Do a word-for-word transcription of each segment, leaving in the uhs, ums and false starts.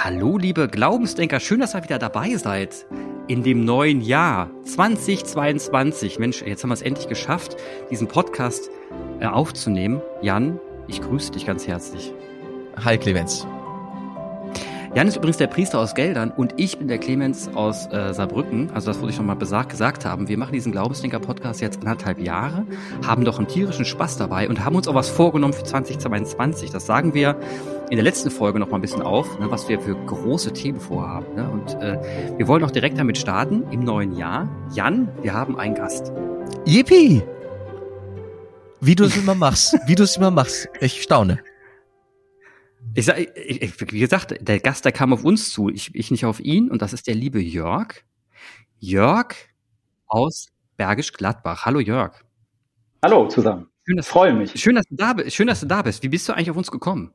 Hallo, liebe Glaubensdenker, schön, dass ihr wieder dabei seid. In dem neuen Jahr zwanzig zweiundzwanzig. Mensch, jetzt haben wir es endlich geschafft, diesen Podcast äh, aufzunehmen. Jan, ich grüße dich ganz herzlich. Hi, Clemens. Jan ist übrigens der Priester aus Geldern und ich bin der Clemens aus äh, Saarbrücken. Also das wollte ich noch mal besagt, gesagt haben. Wir machen diesen Glaubensdenker-Podcast jetzt anderthalb Jahre, haben doch einen tierischen Spaß dabei und haben uns auch was vorgenommen für zwanzig zweiundzwanzig. Das sagen wir in der letzten Folge noch mal ein bisschen auf, ne, was wir für große Themen vorhaben. Ne? Und äh, wir wollen auch direkt damit starten im neuen Jahr. Jan, wir haben einen Gast. Yippie! Wie du es immer machst, wie du es immer machst. Ich staune. Ich sag, ich, ich, wie gesagt, der Gast, der kam auf uns zu, ich, ich nicht auf ihn, und das ist der liebe Jörg. Jörg aus Bergisch Gladbach. Hallo Jörg. Hallo zusammen. Schön, dass, freue mich. Schön, dass du da bist. Schön, dass du da bist. Wie bist du eigentlich auf uns gekommen?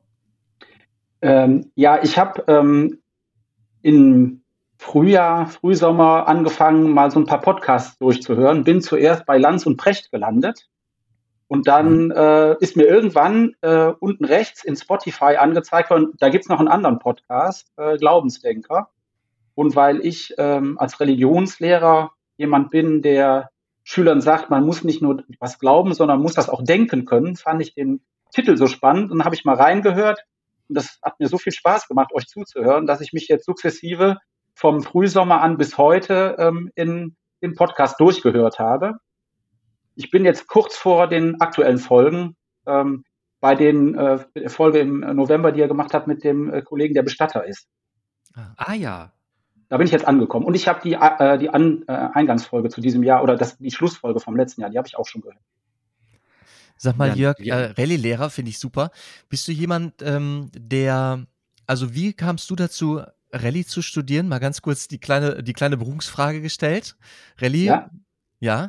Ähm, ja, ich habe ähm, im Frühjahr, Frühsommer angefangen, mal so ein paar Podcasts durchzuhören. Bin zuerst bei Lanz und Precht gelandet. Und dann äh, ist mir irgendwann äh, unten rechts in Spotify angezeigt worden, da gibt's noch einen anderen Podcast, äh, Glaubensdenker. Und weil ich ähm, als Religionslehrer jemand bin, der Schülern sagt, man muss nicht nur was glauben, sondern muss das auch denken können, fand ich den Titel so spannend. Und dann habe ich mal reingehört. Und das hat mir so viel Spaß gemacht, euch zuzuhören, dass ich mich jetzt sukzessive vom Frühsommer an bis heute ähm, in den Podcast durchgehört habe. Ich bin jetzt kurz vor den aktuellen Folgen, ähm, bei den äh, der Folge im November, die er gemacht hat mit dem äh, Kollegen, der Bestatter ist. Ah ja. Da bin ich jetzt angekommen. Und ich habe die, äh, die An, äh, Eingangsfolge zu diesem Jahr oder das, die Schlussfolge vom letzten Jahr, die habe ich auch schon gehört. Sag mal, Ja, Jörg, ja. äh, Rallye-Lehrer finde ich super. Bist du jemand, ähm, der, also wie kamst du dazu, Rallye zu studieren? Mal ganz kurz die kleine, die kleine Berufungsfrage gestellt. Rallye? Ja. Ja?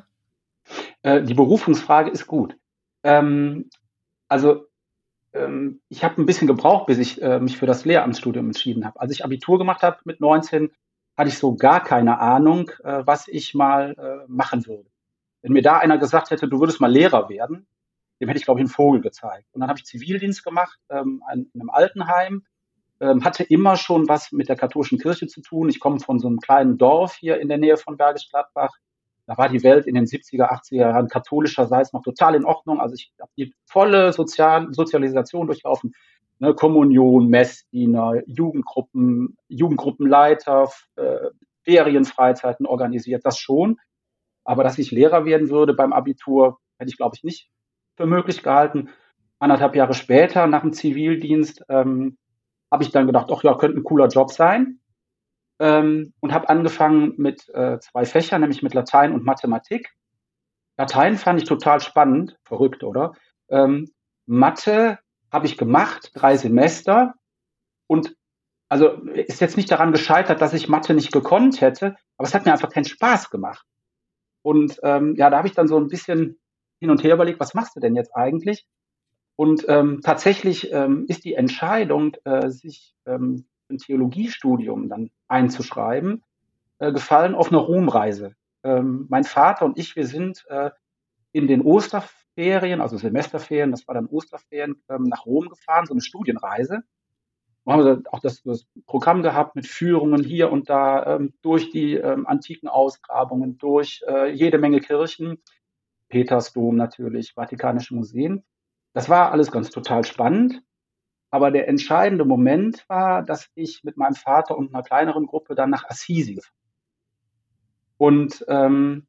Äh, die Berufungsfrage ist gut. Ähm, also ähm, ich habe ein bisschen gebraucht, bis ich äh, mich für das Lehramtsstudium entschieden habe. Als ich Abitur gemacht habe mit neunzehn, hatte ich so gar keine Ahnung, äh, was ich mal äh, machen würde. Wenn mir da einer gesagt hätte, du würdest mal Lehrer werden, dem hätte ich, glaube ich, einen Vogel gezeigt. Und dann habe ich Zivildienst gemacht ähm, in einem Altenheim, ähm, hatte immer schon was mit der katholischen Kirche zu tun. Ich komme von so einem kleinen Dorf hier in der Nähe von Bergisch Gladbach. Da war die Welt in den siebziger, achtziger Jahren katholischerseits noch total in Ordnung. Also ich habe die volle Sozial- Sozialisation durchlaufen. Ne, Kommunion, Messdiener, Jugendgruppen, Jugendgruppenleiter, äh, Ferienfreizeiten organisiert, das schon. Aber dass ich Lehrer werden würde beim Abitur, hätte ich, glaube ich, nicht für möglich gehalten. Anderthalb Jahre später, nach dem Zivildienst, ähm, habe ich dann gedacht, ach ja, könnte ein cooler Job sein. Ähm, und habe angefangen mit äh, zwei Fächern, nämlich mit Latein und Mathematik. Latein fand ich total spannend, verrückt, oder? Ähm, Mathe habe ich gemacht, drei Semester. Und also ist jetzt nicht daran gescheitert, dass ich Mathe nicht gekonnt hätte, aber es hat mir einfach keinen Spaß gemacht. Und ähm, ja, da habe ich dann so ein bisschen hin und her überlegt, was machst du denn jetzt eigentlich? Und ähm, tatsächlich ähm, ist die Entscheidung, äh, sich ähm, ein Theologiestudium dann einzuschreiben, äh, gefallen auf einer Ruhmreise. Ähm, mein Vater und ich, wir sind äh, in den Osterferien, also Semesterferien, das war dann Osterferien, ähm, nach Rom gefahren, so eine Studienreise. Wir haben auch das, das Programm gehabt mit Führungen hier und da ähm, durch die ähm, antiken Ausgrabungen, durch äh, jede Menge Kirchen, Petersdom natürlich, Vatikanische Museen. Das war alles ganz total spannend. Aber der entscheidende Moment war, dass ich mit meinem Vater und einer kleineren Gruppe dann nach Assisi gefahren bin. Und ähm,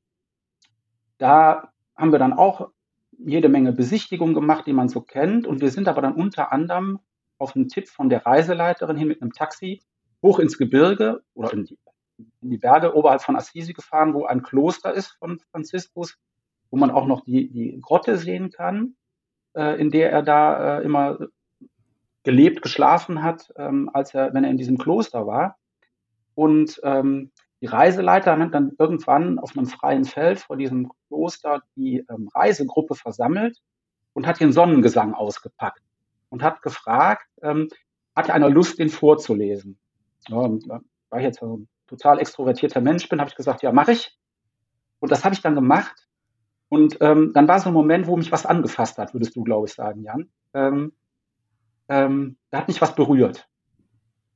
da haben wir dann auch jede Menge Besichtigungen gemacht, die man so kennt. Und wir sind aber dann unter anderem auf einen Tipp von der Reiseleiterin hin mit einem Taxi hoch ins Gebirge oder in die, in die Berge oberhalb von Assisi gefahren, wo ein Kloster ist von Franziskus, wo man auch noch die, die Grotte sehen kann, äh, in der er da äh, immer gelebt, geschlafen hat, ähm, als er, wenn er in diesem Kloster war. Und ähm, die Reiseleiter hat dann irgendwann auf einem freien Feld vor diesem Kloster die ähm, Reisegruppe versammelt und hat den Sonnengesang ausgepackt und hat gefragt, ähm, hat einer Lust, den vorzulesen? Ja, und, äh, weil ich jetzt so ein total extrovertierter Mensch bin, habe ich gesagt, ja, mache ich. Und das habe ich dann gemacht. Und ähm, dann war so ein Moment, wo mich was angefasst hat, würdest du, glaube ich, sagen, Jan. Ähm, ähm, da hat mich was berührt.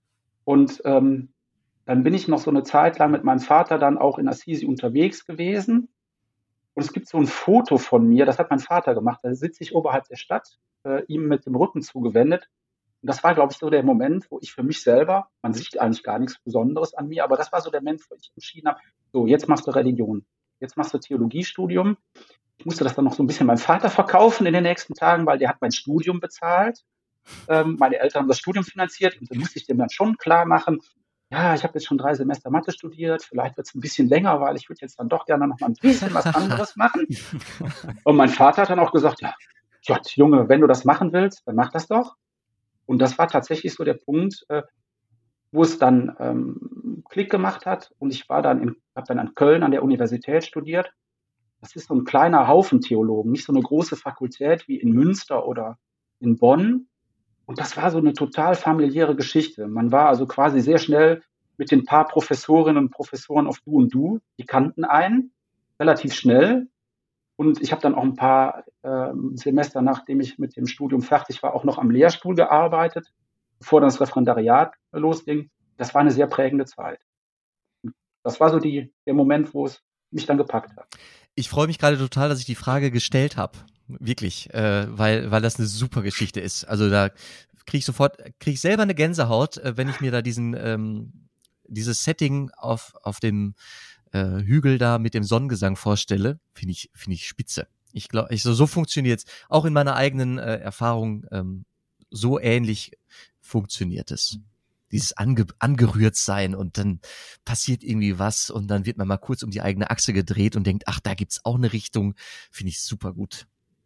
Und ähm, dann bin ich noch so eine Zeit lang mit meinem Vater dann auch in Assisi unterwegs gewesen. Und es gibt so ein Foto von mir, das hat mein Vater gemacht. Da sitze ich oberhalb der Stadt, äh, ihm mit dem Rücken zugewendet. Und das war, glaube ich, so der Moment, wo ich für mich selber, man sieht eigentlich gar nichts Besonderes an mir, aber das war so der Moment, wo ich entschieden habe, so, jetzt machst du Religion, jetzt machst du Theologiestudium. Ich musste das dann noch so ein bisschen meinem Vater verkaufen in den nächsten Tagen, weil der hat mein Studium bezahlt. Ähm, meine Eltern haben das Studium finanziert und dann musste ich dem dann schon klar machen, ja, ich habe jetzt schon drei Semester Mathe studiert, vielleicht wird es ein bisschen länger, weil ich würde jetzt dann doch gerne noch mal ein bisschen was anderes machen. Und mein Vater hat dann auch gesagt, ja, Gott, Junge, wenn du das machen willst, dann mach das doch. Und das war tatsächlich so der Punkt, äh, wo es dann ähm, Klick gemacht hat. Und ich war dann in, habe dann an Köln an der Universität studiert. Das ist so ein kleiner Haufen Theologen, nicht so eine große Fakultät wie in Münster oder in Bonn. Und das war so eine total familiäre Geschichte. Man war also quasi sehr schnell mit den paar Professorinnen und Professoren auf Du und Du. Die kannten einen relativ schnell. Und ich habe dann auch ein paar äh, Semester, nachdem ich mit dem Studium fertig war, auch noch am Lehrstuhl gearbeitet, bevor dann das Referendariat losging. Das war eine sehr prägende Zeit. Das war so die, der Moment, wo es mich dann gepackt hat. Ich freue mich gerade total, dass ich die Frage gestellt habe. Wirklich, äh, weil, weil das eine super Geschichte ist. Also da kriege ich sofort, kriege ich selber eine Gänsehaut, äh, wenn ich mir da diesen, ähm, dieses Setting auf, auf dem äh, Hügel da mit dem Sonnengesang vorstelle. Finde ich, finde ich spitze. Ich glaube, ich, so, so funktioniert es. Auch in meiner eigenen äh, Erfahrung ähm, so ähnlich funktioniert es. Dieses ange, angerührt sein und dann passiert irgendwie was und dann wird man mal kurz um die eigene Achse gedreht und denkt, ach, da gibt's auch eine Richtung. Finde ich super gut.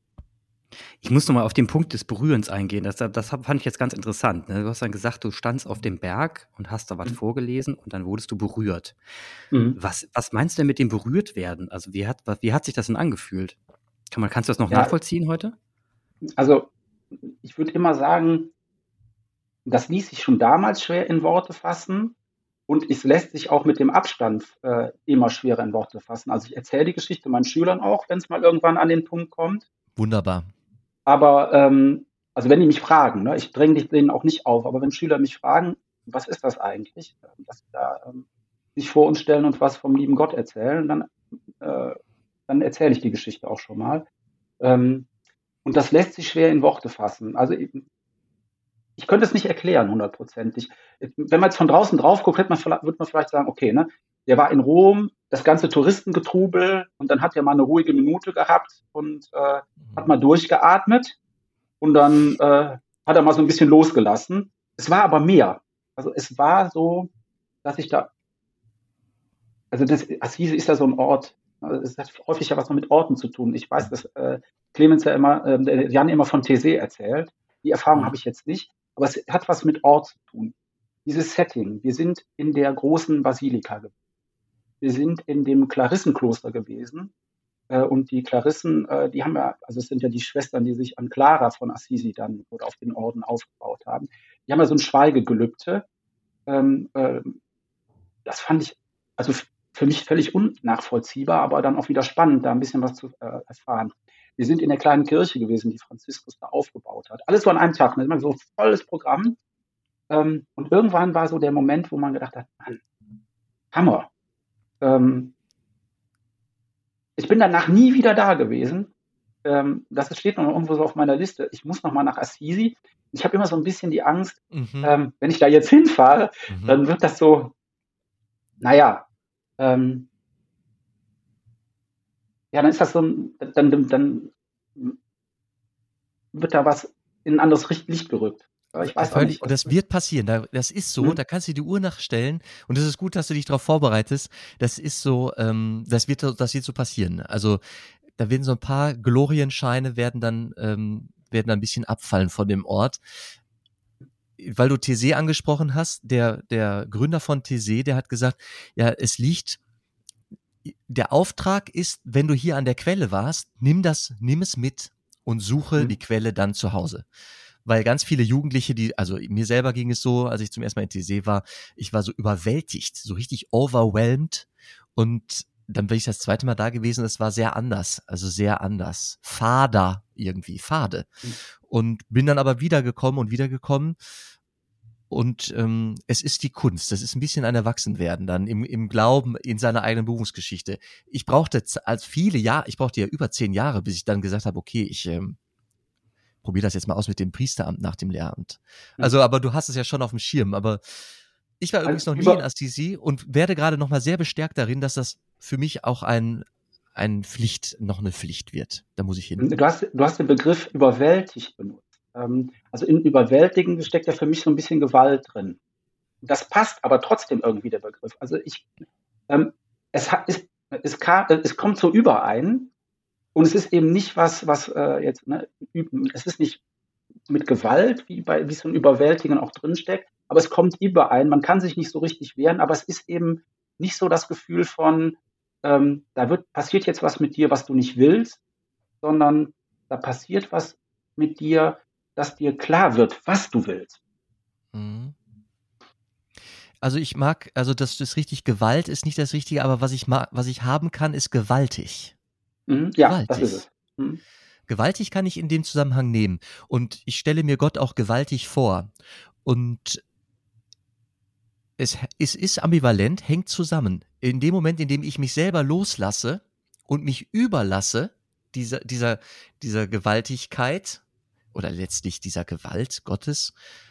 Ich muss nochmal auf den Punkt des Berührens eingehen. Das, das fand ich jetzt ganz interessant. Ne? Du hast dann gesagt, du standst auf dem Berg und hast da was mhm. vorgelesen und dann wurdest du berührt. Mhm. Was, was meinst du denn mit dem Berührtwerden? Also wie hat, wie hat sich das denn angefühlt? Kann man, kannst du das noch ja, nachvollziehen heute? Also ich würde immer sagen, das ließ sich schon damals schwer in Worte fassen und es lässt sich auch mit dem Abstand äh, immer schwerer in Worte fassen. Also ich erzähle die Geschichte meinen Schülern auch, wenn es mal irgendwann an den Punkt kommt. Wunderbar. Aber, ähm, also wenn die mich fragen, ne, ich dränge denen auch nicht auf, aber wenn Schüler mich fragen, was ist das eigentlich, dass sie da ähm, sich vor uns stellen und was vom lieben Gott erzählen, dann, äh, dann erzähle ich die Geschichte auch schon mal. Ähm, und das lässt sich schwer in Worte fassen. Also ich, ich könnte es nicht erklären, hundertprozentig. Wenn man jetzt von draußen drauf guckt, wird man, wird man vielleicht sagen, okay, ne, der war in Rom, das ganze Touristengetrubel und dann hat er mal eine ruhige Minute gehabt und äh, hat mal durchgeatmet und dann äh, hat er mal so ein bisschen losgelassen. Es war aber mehr. Also es war so, dass ich da, also das Assisi ist ja so ein Ort, also es hat häufig ja was mit Orten zu tun. Ich weiß, dass äh, Clemens ja immer, äh, Jan immer von Taizé erzählt. Die Erfahrung mhm. habe ich jetzt nicht, aber es hat was mit Ort zu tun. Dieses Setting, wir sind in der großen Basilika gewesen. Wir sind in dem Klarissenkloster gewesen äh, und die Klarissen, äh, die haben ja, also es sind ja die Schwestern, die sich an Clara von Assisi dann oder auf den Orden aufgebaut haben. Die haben ja so ein Schweigegelübde. Ähm, äh, das fand ich, also f- für mich völlig unnachvollziehbar, aber dann auch wieder spannend, da ein bisschen was zu äh, erfahren. Wir sind in der kleinen Kirche gewesen, die Franziskus da aufgebaut hat. Alles so an einem Tag, ne? So ein volles Programm. Ähm, und irgendwann war so der Moment, wo man gedacht hat, Mann, Hammer. Ähm, ich bin danach nie wieder da gewesen. Ähm, das steht noch irgendwo so auf meiner Liste. Ich muss noch mal nach Assisi. Ich habe immer so ein bisschen die Angst, mhm. ähm, wenn ich da jetzt hinfahre, mhm. dann wird das so, naja, ähm, ja, dann ist das so, dann, dann, dann wird da was in ein anderes Licht gerückt. Ich weiß Völlig, nicht, das wird passieren, das ist so, mhm. da kannst du die Uhr nachstellen und es ist gut, dass du dich darauf vorbereitest, das ist so, ähm, das wird das wird so passieren, also da werden so ein paar Glorienscheine werden dann, ähm, werden dann ein bisschen abfallen von dem Ort, weil du Taizé angesprochen hast, der, der Gründer von Taizé, der hat gesagt, ja, es liegt, der Auftrag ist, wenn du hier an der Quelle warst, nimm das, nimm es mit und suche mhm. die Quelle dann zu Hause. Weil ganz viele Jugendliche, die, also mir selber ging es so, als ich zum ersten Mal in Taizé war, ich war so überwältigt, so richtig overwhelmed und dann bin ich das zweite Mal da gewesen, es war sehr anders, also sehr anders, fader irgendwie, fade. Mhm. Und bin dann aber wiedergekommen und wiedergekommen Und ähm, es ist die Kunst, das ist ein bisschen ein Erwachsenwerden dann im, im Glauben in seiner eigenen Berufungsgeschichte. Ich brauchte als viele Jahre, ich brauchte ja über zehn Jahre, bis ich dann gesagt habe, okay, ich ähm, probiere das jetzt mal aus mit dem Priesteramt nach dem Lehramt. Also, aber du hast es ja schon auf dem Schirm, aber ich war übrigens noch nie in Assisi und werde gerade noch mal sehr bestärkt darin, dass das für mich auch ein, ein Pflicht, noch eine Pflicht wird. Da muss ich hin. Du hast, du hast den Begriff überwältigt benutzt. Ähm, also in überwältigen steckt ja für mich so ein bisschen Gewalt drin. Das passt aber trotzdem irgendwie, der Begriff. Also ich, ähm, es hat, es, es, kam, es kommt so überein und es ist eben nicht was, was äh, jetzt, ne, es ist nicht mit Gewalt, wie bei, wie so ein Überwältigen auch drinsteckt, aber es kommt überein. Man kann sich nicht so richtig wehren, aber es ist eben nicht so das Gefühl von, ähm, da wird, passiert jetzt was mit dir, was du nicht willst, sondern da passiert was mit dir, dass dir klar wird, was du willst. Mhm. Also ich mag, also das ist richtig, Gewalt ist nicht das Richtige, aber was ich mag, was ich haben kann, ist gewaltig. Mhm, ja, gewaltig. das ist es. Mhm. Gewaltig kann ich in dem Zusammenhang nehmen. Und ich stelle mir Gott auch gewaltig vor. Und es, es ist ambivalent, hängt zusammen. In dem Moment, in dem ich mich selber loslasse und mich überlasse, dieser, dieser, dieser Gewaltigkeit oder letztlich dieser Gewalt Gottes,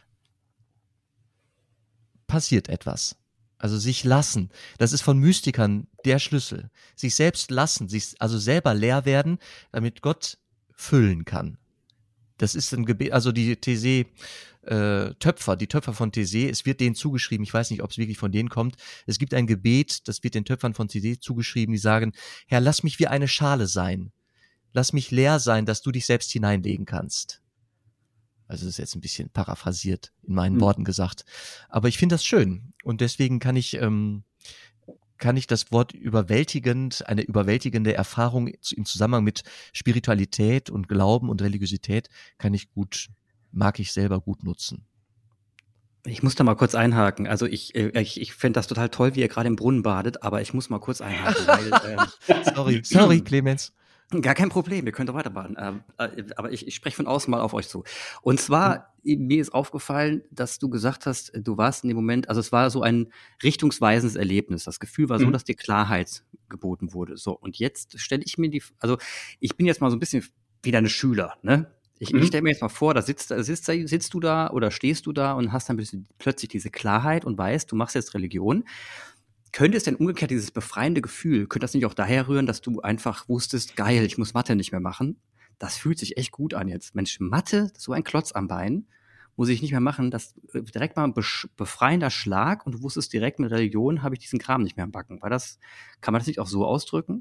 passiert etwas. Also sich lassen, das ist von Mystikern der Schlüssel. Sich selbst lassen, sich also selber leer werden, damit Gott füllen kann. Das ist ein Gebet, also die Thésée äh, Töpfer, die Töpfer von Thésée, es wird denen zugeschrieben, ich weiß nicht, ob es wirklich von denen kommt, es gibt ein Gebet, das wird den Töpfern von Thésée zugeschrieben, die sagen, Herr, lass mich wie eine Schale sein, lass mich leer sein, dass du dich selbst hineinlegen kannst. Also das ist jetzt ein bisschen paraphrasiert in meinen mhm. Worten gesagt. Aber ich finde das schön. Und deswegen kann ich, ähm, kann ich das Wort überwältigend, eine überwältigende Erfahrung im Zusammenhang mit Spiritualität und Glauben und Religiosität, kann ich gut, mag ich selber gut nutzen. Ich muss da mal kurz einhaken. Also ich, ich, ich fände das total toll, wie ihr gerade im Brunnen badet, aber ich muss mal kurz einhaken. weil, ähm, sorry, sorry, Clemens. Gar kein Problem, wir können doch weiterbaden. Ähm, äh, aber ich, ich spreche von außen mal auf euch zu. Und zwar, mhm. mir ist aufgefallen, dass du gesagt hast, du warst in dem Moment, also es war so ein richtungsweisendes Erlebnis. Das Gefühl war so, mhm. dass dir Klarheit geboten wurde. So, und jetzt stelle ich mir die, also ich bin jetzt mal so ein bisschen wie deine Schüler, ne? Ich, mhm. ich stelle mir jetzt mal vor, da sitzt, sitzt, sitzt du da oder stehst du da und hast dann plötzlich diese Klarheit und weißt, du machst jetzt Religion. Könnte es denn umgekehrt, dieses befreiende Gefühl, könnte das nicht auch daher rühren, dass du einfach wusstest, geil, ich muss Mathe nicht mehr machen? Das fühlt sich echt gut an jetzt. Mensch, Mathe, so ein Klotz am Bein, muss ich nicht mehr machen. Das direkt mal ein befreiender Schlag und du wusstest direkt, mit Religion habe ich diesen Kram nicht mehr am Backen. War das, kann man das nicht auch so ausdrücken?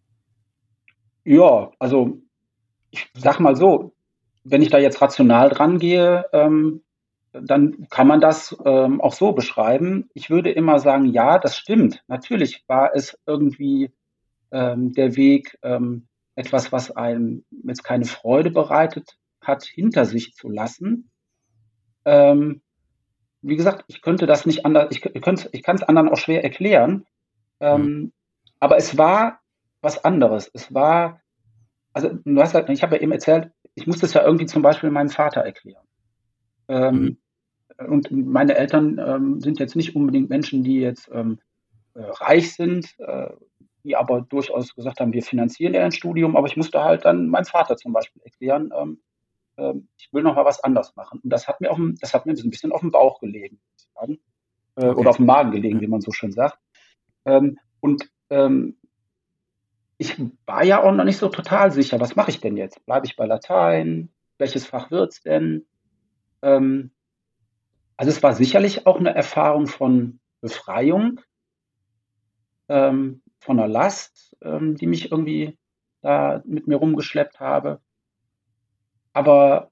Ja, also ich sag mal so, wenn ich da jetzt rational dran gehe, ähm, dann kann man das ähm, auch so beschreiben. Ich würde immer sagen, ja, das stimmt. Natürlich war es irgendwie ähm, der Weg, ähm, etwas, was einem jetzt keine Freude bereitet hat, hinter sich zu lassen. Ähm, wie gesagt, ich könnte das nicht anders, ich, ich, könnte, ich kann es anderen auch schwer erklären. Ähm, mhm. Aber es war was anderes. Es war, also du hast, ich habe ja eben erzählt, ich musste es ja irgendwie zum Beispiel meinem Vater erklären. Ähm, mhm. Und meine Eltern ähm, sind jetzt nicht unbedingt Menschen, die jetzt ähm, äh, reich sind, äh, die aber durchaus gesagt haben, wir finanzieren ja ein Studium, aber ich musste halt dann meinem Vater zum Beispiel erklären, ähm, äh, ich will noch mal was anderes machen. Und das hat mir, auf dem, das hat mir so ein bisschen auf dem Bauch gelegen, muss ich sagen. Äh, okay. Oder auf dem Magen gelegen, ja. Wie man so schön sagt. Ähm, und ähm, ich war ja auch noch nicht so total sicher, was mache ich denn jetzt? Bleibe ich bei Latein? Welches Fach wird's denn? Ähm, Also es war sicherlich auch eine Erfahrung von Befreiung, ähm, von einer Last, ähm, die mich irgendwie da mit mir rumgeschleppt habe. Aber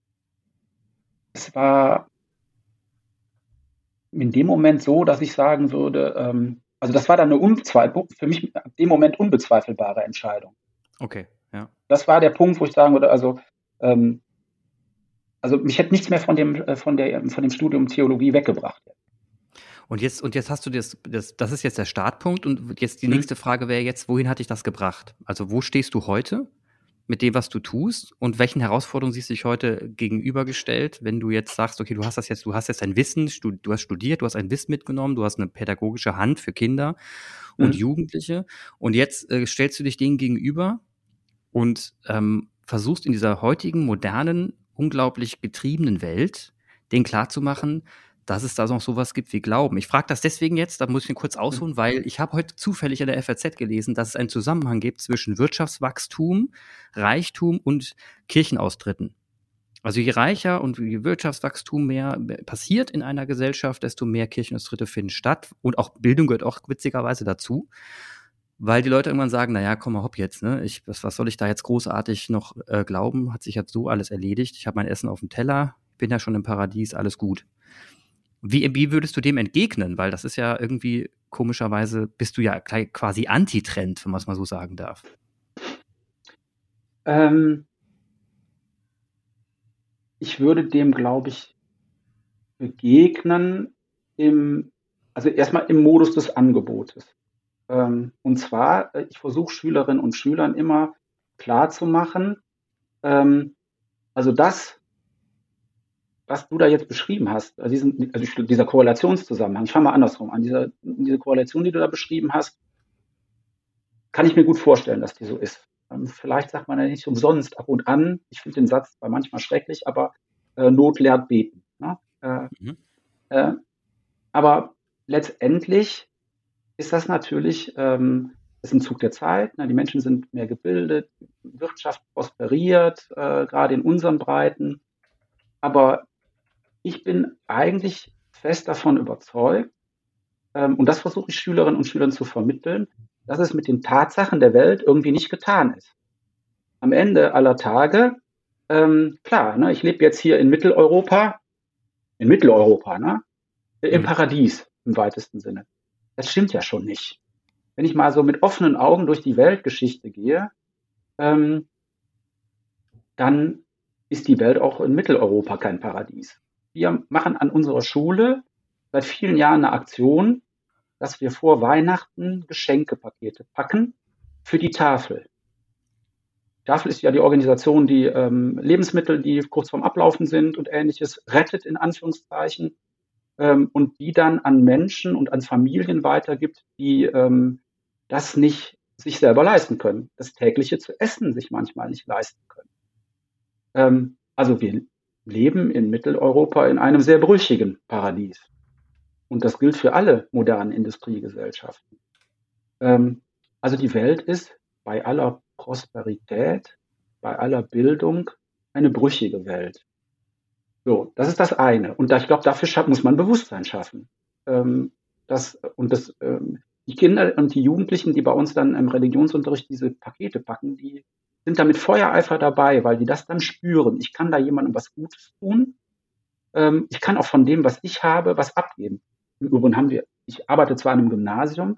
es war in dem Moment so, dass ich sagen würde, ähm, also das war dann eine unzweifel, für mich ab dem Moment unbezweifelbare Entscheidung. Okay, ja. Das war der Punkt, wo ich sagen würde, also ähm, Also mich hätte nichts mehr von dem, von der, von dem Studium Theologie weggebracht. Und jetzt, und jetzt hast du das, das, das ist jetzt der Startpunkt und jetzt die nächste Frage wäre jetzt, wohin hat dich das gebracht? Also wo stehst du heute? mit dem, was du tust? Und welchen Herausforderungen siehst du dich heute gegenübergestellt, wenn du jetzt sagst, okay, du hast das jetzt, du hast jetzt ein Wissen, du hast studiert, du hast ein Wissen mitgenommen, du hast eine pädagogische Hand für Kinder und Mhm. Jugendliche und jetzt äh, stellst du dich denen gegenüber und ähm, versuchst in dieser heutigen, modernen, unglaublich getriebenen Welt, denen klarzumachen, dass es da noch sowas gibt wie Glauben. Ich frage das deswegen jetzt, da muss ich kurz ausholen, weil ich habe heute zufällig in der F A Z gelesen, dass es einen Zusammenhang gibt zwischen Wirtschaftswachstum, Reichtum und Kirchenaustritten. Also je reicher und je Wirtschaftswachstum mehr passiert in einer Gesellschaft, desto mehr Kirchenaustritte finden statt. Und auch Bildung gehört auch witzigerweise dazu. Weil die Leute irgendwann sagen, naja, komm mal hopp jetzt, ne? Ich, was, was soll ich da jetzt großartig noch äh, glauben? Hat sich jetzt so alles erledigt. Ich habe mein Essen auf dem Teller, bin ja schon im Paradies, alles gut. Wie, wie würdest du dem entgegnen? Weil das ist ja irgendwie, komischerweise, bist du ja quasi Anti-Trend, wenn man es mal so sagen darf. Ähm, ich würde dem, glaube ich, begegnen im, also erstmal im Modus des Angebotes. Ähm, und zwar, äh, ich versuche Schülerinnen und Schülern immer klarzumachen, ähm, also das, was du da jetzt beschrieben hast, also, diesen, also dieser Korrelationszusammenhang, ich fange mal andersrum an, diese, diese Korrelation, die du da beschrieben hast, kann ich mir gut vorstellen, dass die so ist. Ähm, vielleicht sagt man ja nicht umsonst ab und an, ich finde den Satz zwar manchmal schrecklich, aber äh, Not lehrt beten. Ne? Äh, Mhm. äh, aber letztendlich ist das natürlich ähm, ist ein Zug der Zeit. Ne? Die Menschen sind mehr gebildet, Wirtschaft prosperiert, äh, gerade in unseren Breiten. Aber ich bin eigentlich fest davon überzeugt, ähm, und das versuche ich Schülerinnen und Schülern zu vermitteln, dass es mit den Tatsachen der Welt irgendwie nicht getan ist. Am Ende aller Tage, ähm, klar, ne, ich lebe jetzt hier in Mitteleuropa, in Mitteleuropa, ne, im Mhm. Paradies im weitesten Sinne. Das stimmt ja schon nicht. Wenn ich mal so mit offenen Augen durch die Weltgeschichte gehe, ähm, dann ist die Welt auch in Mitteleuropa kein Paradies. Wir machen an unserer Schule seit vielen Jahren eine Aktion, dass wir vor Weihnachten Geschenkepakete packen für die Tafel. Die Tafel ist ja die Organisation, die ähm, Lebensmittel, die kurz vorm Ablaufen sind und Ähnliches, rettet in Anführungszeichen ähm, und die dann an Menschen und an Familien weitergibt, die ähm, das nicht sich selber leisten können, das tägliche zu essen sich manchmal nicht leisten können. Ähm, also wir leben in Mitteleuropa in einem sehr brüchigen Paradies. Und das gilt für alle modernen Industriegesellschaften. Ähm, also die Welt ist bei aller Prosperität, bei aller Bildung eine brüchige Welt. So, das ist das eine. Und da, ich glaube, dafür scha- muss man Bewusstsein schaffen. Ähm, das, und das, ähm, die Kinder und die Jugendlichen, die bei uns dann im Religionsunterricht diese Pakete packen, die sind da mit Feuereifer dabei, weil die das dann spüren. Ich kann da jemandem was Gutes tun. Ähm, ich kann auch von dem, was ich habe, was abgeben. Im Übrigen haben wir, ich arbeite zwar in einem Gymnasium,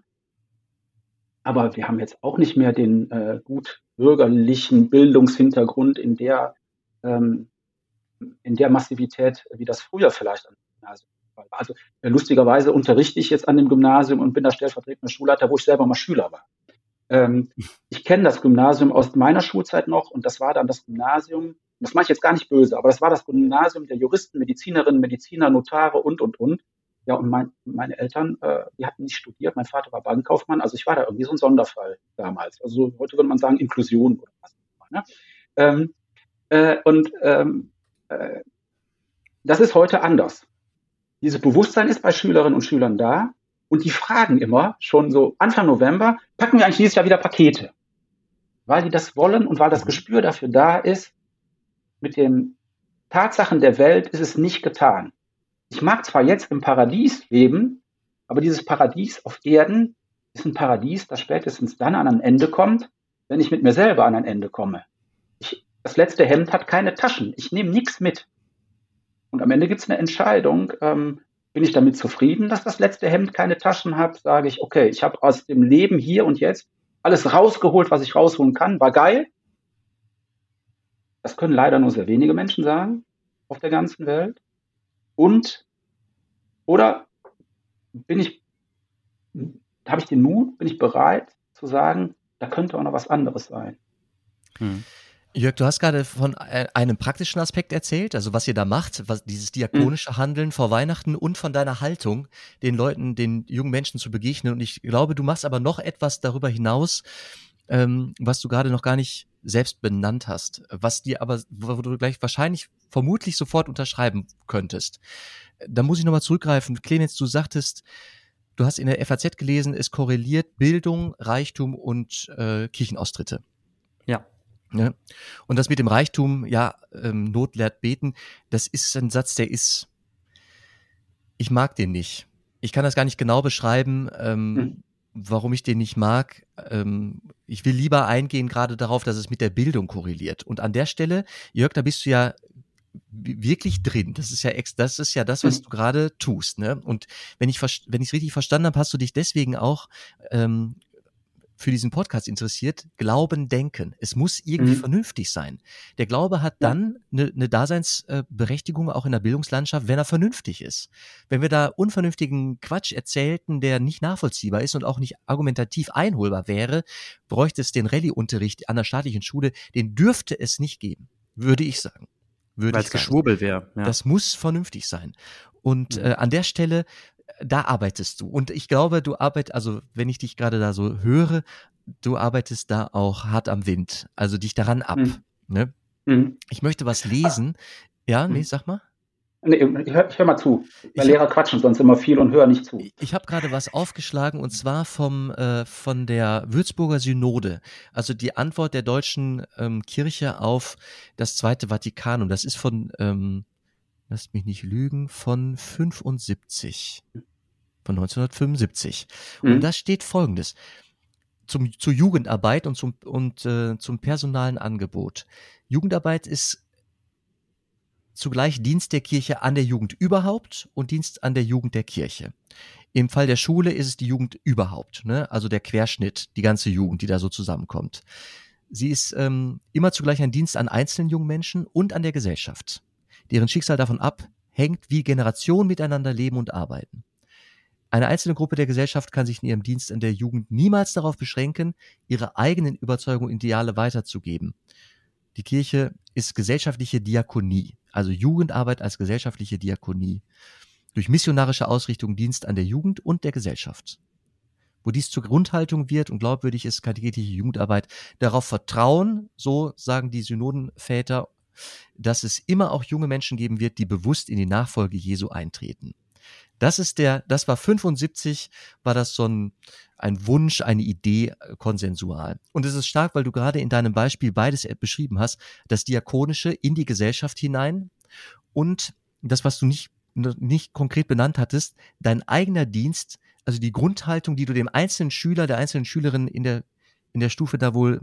aber wir haben jetzt auch nicht mehr den äh, gut bürgerlichen Bildungshintergrund in der, ähm, in der Massivität, wie das früher vielleicht am Gymnasium war. Also äh, lustigerweise unterrichte ich jetzt an dem Gymnasium und bin da stellvertretender Schulleiter, wo ich selber mal Schüler war. Ähm, ich kenne das Gymnasium aus meiner Schulzeit noch und das war dann das Gymnasium, das mache ich jetzt gar nicht böse, aber das war das Gymnasium der Juristen, Medizinerinnen, Mediziner, Notare und, und, und. Ja, und mein, meine Eltern, äh, die hatten nicht studiert, mein Vater war Bankkaufmann, also ich war da irgendwie so ein Sonderfall damals. Also heute würde man sagen Inklusion oder was auch immer. Ne? Ähm, äh, und ähm, äh, das ist heute anders. Dieses Bewusstsein ist bei Schülerinnen und Schülern da und die fragen immer, schon so Anfang November, packen wir eigentlich dieses Jahr wieder Pakete? Weil die das wollen und weil das Gespür dafür da ist, mit den Tatsachen der Welt ist es nicht getan. Ich mag zwar jetzt im Paradies leben, aber dieses Paradies auf Erden ist ein Paradies, das spätestens dann an ein Ende kommt, wenn ich mit mir selber an ein Ende komme. Ich, das letzte Hemd hat keine Taschen. Ich nehme nichts mit. Und am Ende gibt es eine Entscheidung. Ähm, bin ich damit zufrieden, dass das letzte Hemd keine Taschen hat? Sage ich, okay, ich habe aus dem Leben hier und jetzt alles rausgeholt, was ich rausholen kann. War geil. Das können leider nur sehr wenige Menschen sagen auf der ganzen Welt. Und, oder bin ich, habe ich den Mut, bin ich bereit zu sagen, da könnte auch noch was anderes sein. Hm. Jörg, du hast gerade von äh, einem praktischen Aspekt erzählt, also was ihr da macht, was dieses Mhm. diakonische Handeln vor Weihnachten und von deiner Haltung, den Leuten, den jungen Menschen zu begegnen. Und ich glaube, du machst aber noch etwas darüber hinaus, ähm, was du gerade noch gar nicht selbst benannt hast, was dir aber, wo du gleich wahrscheinlich vermutlich sofort unterschreiben könntest. Da muss ich nochmal zurückgreifen. Clemens, du sagtest, du hast in der F A Z gelesen, es korreliert Bildung, Reichtum und äh, Kirchenaustritte. Ja. Ne? Und das mit dem Reichtum, ja, ähm, Not lehrt beten, das ist ein Satz, der ist, ich mag den nicht. Ich kann das gar nicht genau beschreiben, ähm, Mhm. warum ich den nicht mag. Ähm, ich will lieber eingehen gerade darauf, dass es mit der Bildung korreliert. Und an der Stelle, Jörg, da bist du ja w- wirklich drin. Das ist ja ex, das ist ja das, was Mhm. du gerade tust. Ne? Und wenn ich vers- wenn ich es richtig verstanden habe, hast du dich deswegen auch ähm, für diesen Podcast interessiert, Glauben, Denken. Es muss irgendwie Mhm. vernünftig sein. Der Glaube hat Ja. dann eine, eine Daseinsberechtigung auch in der Bildungslandschaft, wenn er vernünftig ist. Wenn wir da unvernünftigen Quatsch erzählten, der nicht nachvollziehbar ist und auch nicht argumentativ einholbar wäre, bräuchte es den Rallye-Unterricht an der staatlichen Schule, den dürfte es nicht geben, würde ich sagen. Würde Weil ich es sagen. Geschwurbel wäre. Ja. Das muss vernünftig sein. Und Mhm. äh, an der Stelle, da arbeitest du. Und ich glaube, du arbeitest, also wenn ich dich gerade da so höre, du arbeitest da auch hart am Wind, also dich daran ab. Mhm. Ne? Mhm. Ich möchte was lesen. Ja, nee, Mhm. sag mal. Nee, ich höre ich hör mal zu. Weil Ich habe Lehrer quatschen sonst immer viel und hören nicht zu. ich hab gerade was aufgeschlagen und zwar vom äh, von der Würzburger Synode, also die Antwort der deutschen ähm, Kirche auf das Zweite Vatikanum. Das ist von, ähm, lasst mich nicht lügen, von fünfundsiebzig. Von neunzehnhundertfünfundsiebzig. Und da Mhm. steht Folgendes zum, zur Jugendarbeit und zum, und, äh, zum personalen Angebot. Jugendarbeit ist zugleich Dienst der Kirche an der Jugend überhaupt und Dienst an der Jugend der Kirche. Im Fall der Schule ist es die Jugend überhaupt, ne? Also der Querschnitt, die ganze Jugend, die da so zusammenkommt. Sie ist ähm, immer zugleich ein Dienst an einzelnen jungen Menschen und an der Gesellschaft, deren Schicksal davon abhängt, wie Generationen miteinander leben und arbeiten. Eine einzelne Gruppe der Gesellschaft kann sich in ihrem Dienst an der Jugend niemals darauf beschränken, ihre eigenen Überzeugungen und Ideale weiterzugeben. Die Kirche ist gesellschaftliche Diakonie, also Jugendarbeit als gesellschaftliche Diakonie, durch missionarische Ausrichtung Dienst an der Jugend und der Gesellschaft. Wo dies zur Grundhaltung wird und glaubwürdig ist, katechetische Jugendarbeit, darauf vertrauen, so sagen die Synodenväter, dass es immer auch junge Menschen geben wird, die bewusst in die Nachfolge Jesu eintreten. Das ist der, das war fünfundsiebzig, war das so ein, ein Wunsch, eine Idee äh, konsensual. Und es ist stark, weil du gerade in deinem Beispiel beides äh, beschrieben hast, das Diakonische in die Gesellschaft hinein und das, was du nicht, nicht konkret benannt hattest, dein eigener Dienst, also die Grundhaltung, die du dem einzelnen Schüler, der einzelnen Schülerin in der, in der Stufe da wohl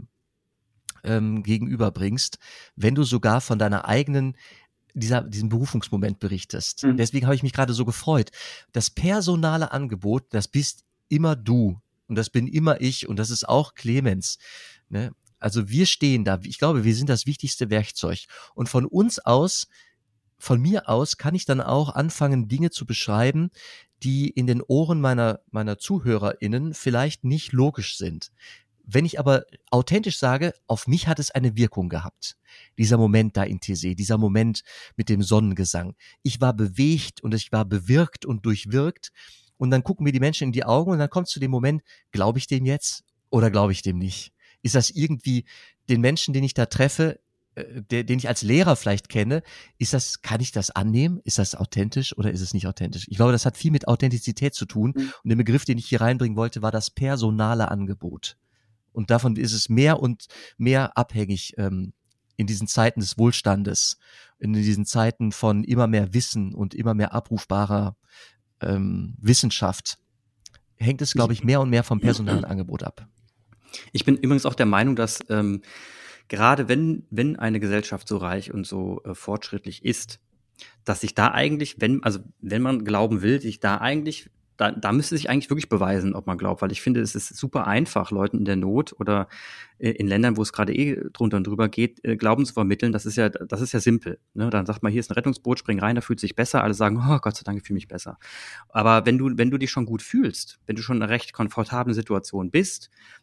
ähm, gegenüberbringst, wenn du sogar von deiner eigenen dieser, diesen Berufungsmoment berichtest. Mhm. Deswegen habe ich mich gerade so gefreut. Das personale Angebot, das bist immer du und das bin immer ich und das ist auch Clemens. Ne? Also wir stehen da. Ich glaube, wir sind das wichtigste Werkzeug. Und von uns aus, von mir aus, kann ich dann auch anfangen, Dinge zu beschreiben, die in den Ohren meiner, meiner ZuhörerInnen vielleicht nicht logisch sind. Wenn ich aber authentisch sage, auf mich hat es eine Wirkung gehabt. Dieser Moment da in Thésée, dieser Moment mit dem Sonnengesang. Ich war bewegt und ich war bewirkt und durchwirkt. Und dann gucken mir die Menschen in die Augen und dann kommt zu dem Moment, glaube ich dem jetzt oder glaube ich dem nicht? Ist das irgendwie den Menschen, den ich da treffe, äh, der, den ich als Lehrer vielleicht kenne, ist das, kann ich das annehmen? Ist das authentisch oder ist es nicht authentisch? Ich glaube, das hat viel mit Authentizität zu tun. Mhm. Und der Begriff, den ich hier reinbringen wollte, war das personale Angebot. Und davon ist es mehr und mehr abhängig ähm, in diesen Zeiten des Wohlstandes, in diesen Zeiten von immer mehr Wissen und immer mehr abrufbarer ähm, Wissenschaft, hängt es, glaube ich, mehr und mehr vom personalen Angebot ab. Ich bin übrigens auch der Meinung, dass ähm, gerade wenn, wenn eine Gesellschaft so reich und so äh, fortschrittlich ist, dass sich da eigentlich, wenn, also wenn man glauben will, sich da eigentlich Da, da müsste sich eigentlich wirklich beweisen, ob man glaubt, weil ich finde, es ist super einfach, Leuten in der Not oder in Ländern, wo es gerade eh drunter und drüber geht, Glauben zu vermitteln. Das ist ja, das ist ja simpel. Ne? Dann sagt man, hier ist ein Rettungsboot, spring rein, da fühlt sich besser. Alle sagen, oh Gott sei Dank, ich fühle mich besser. Aber wenn du, wenn du dich schon gut fühlst, wenn du schon in einer recht komfortablen Situation bist,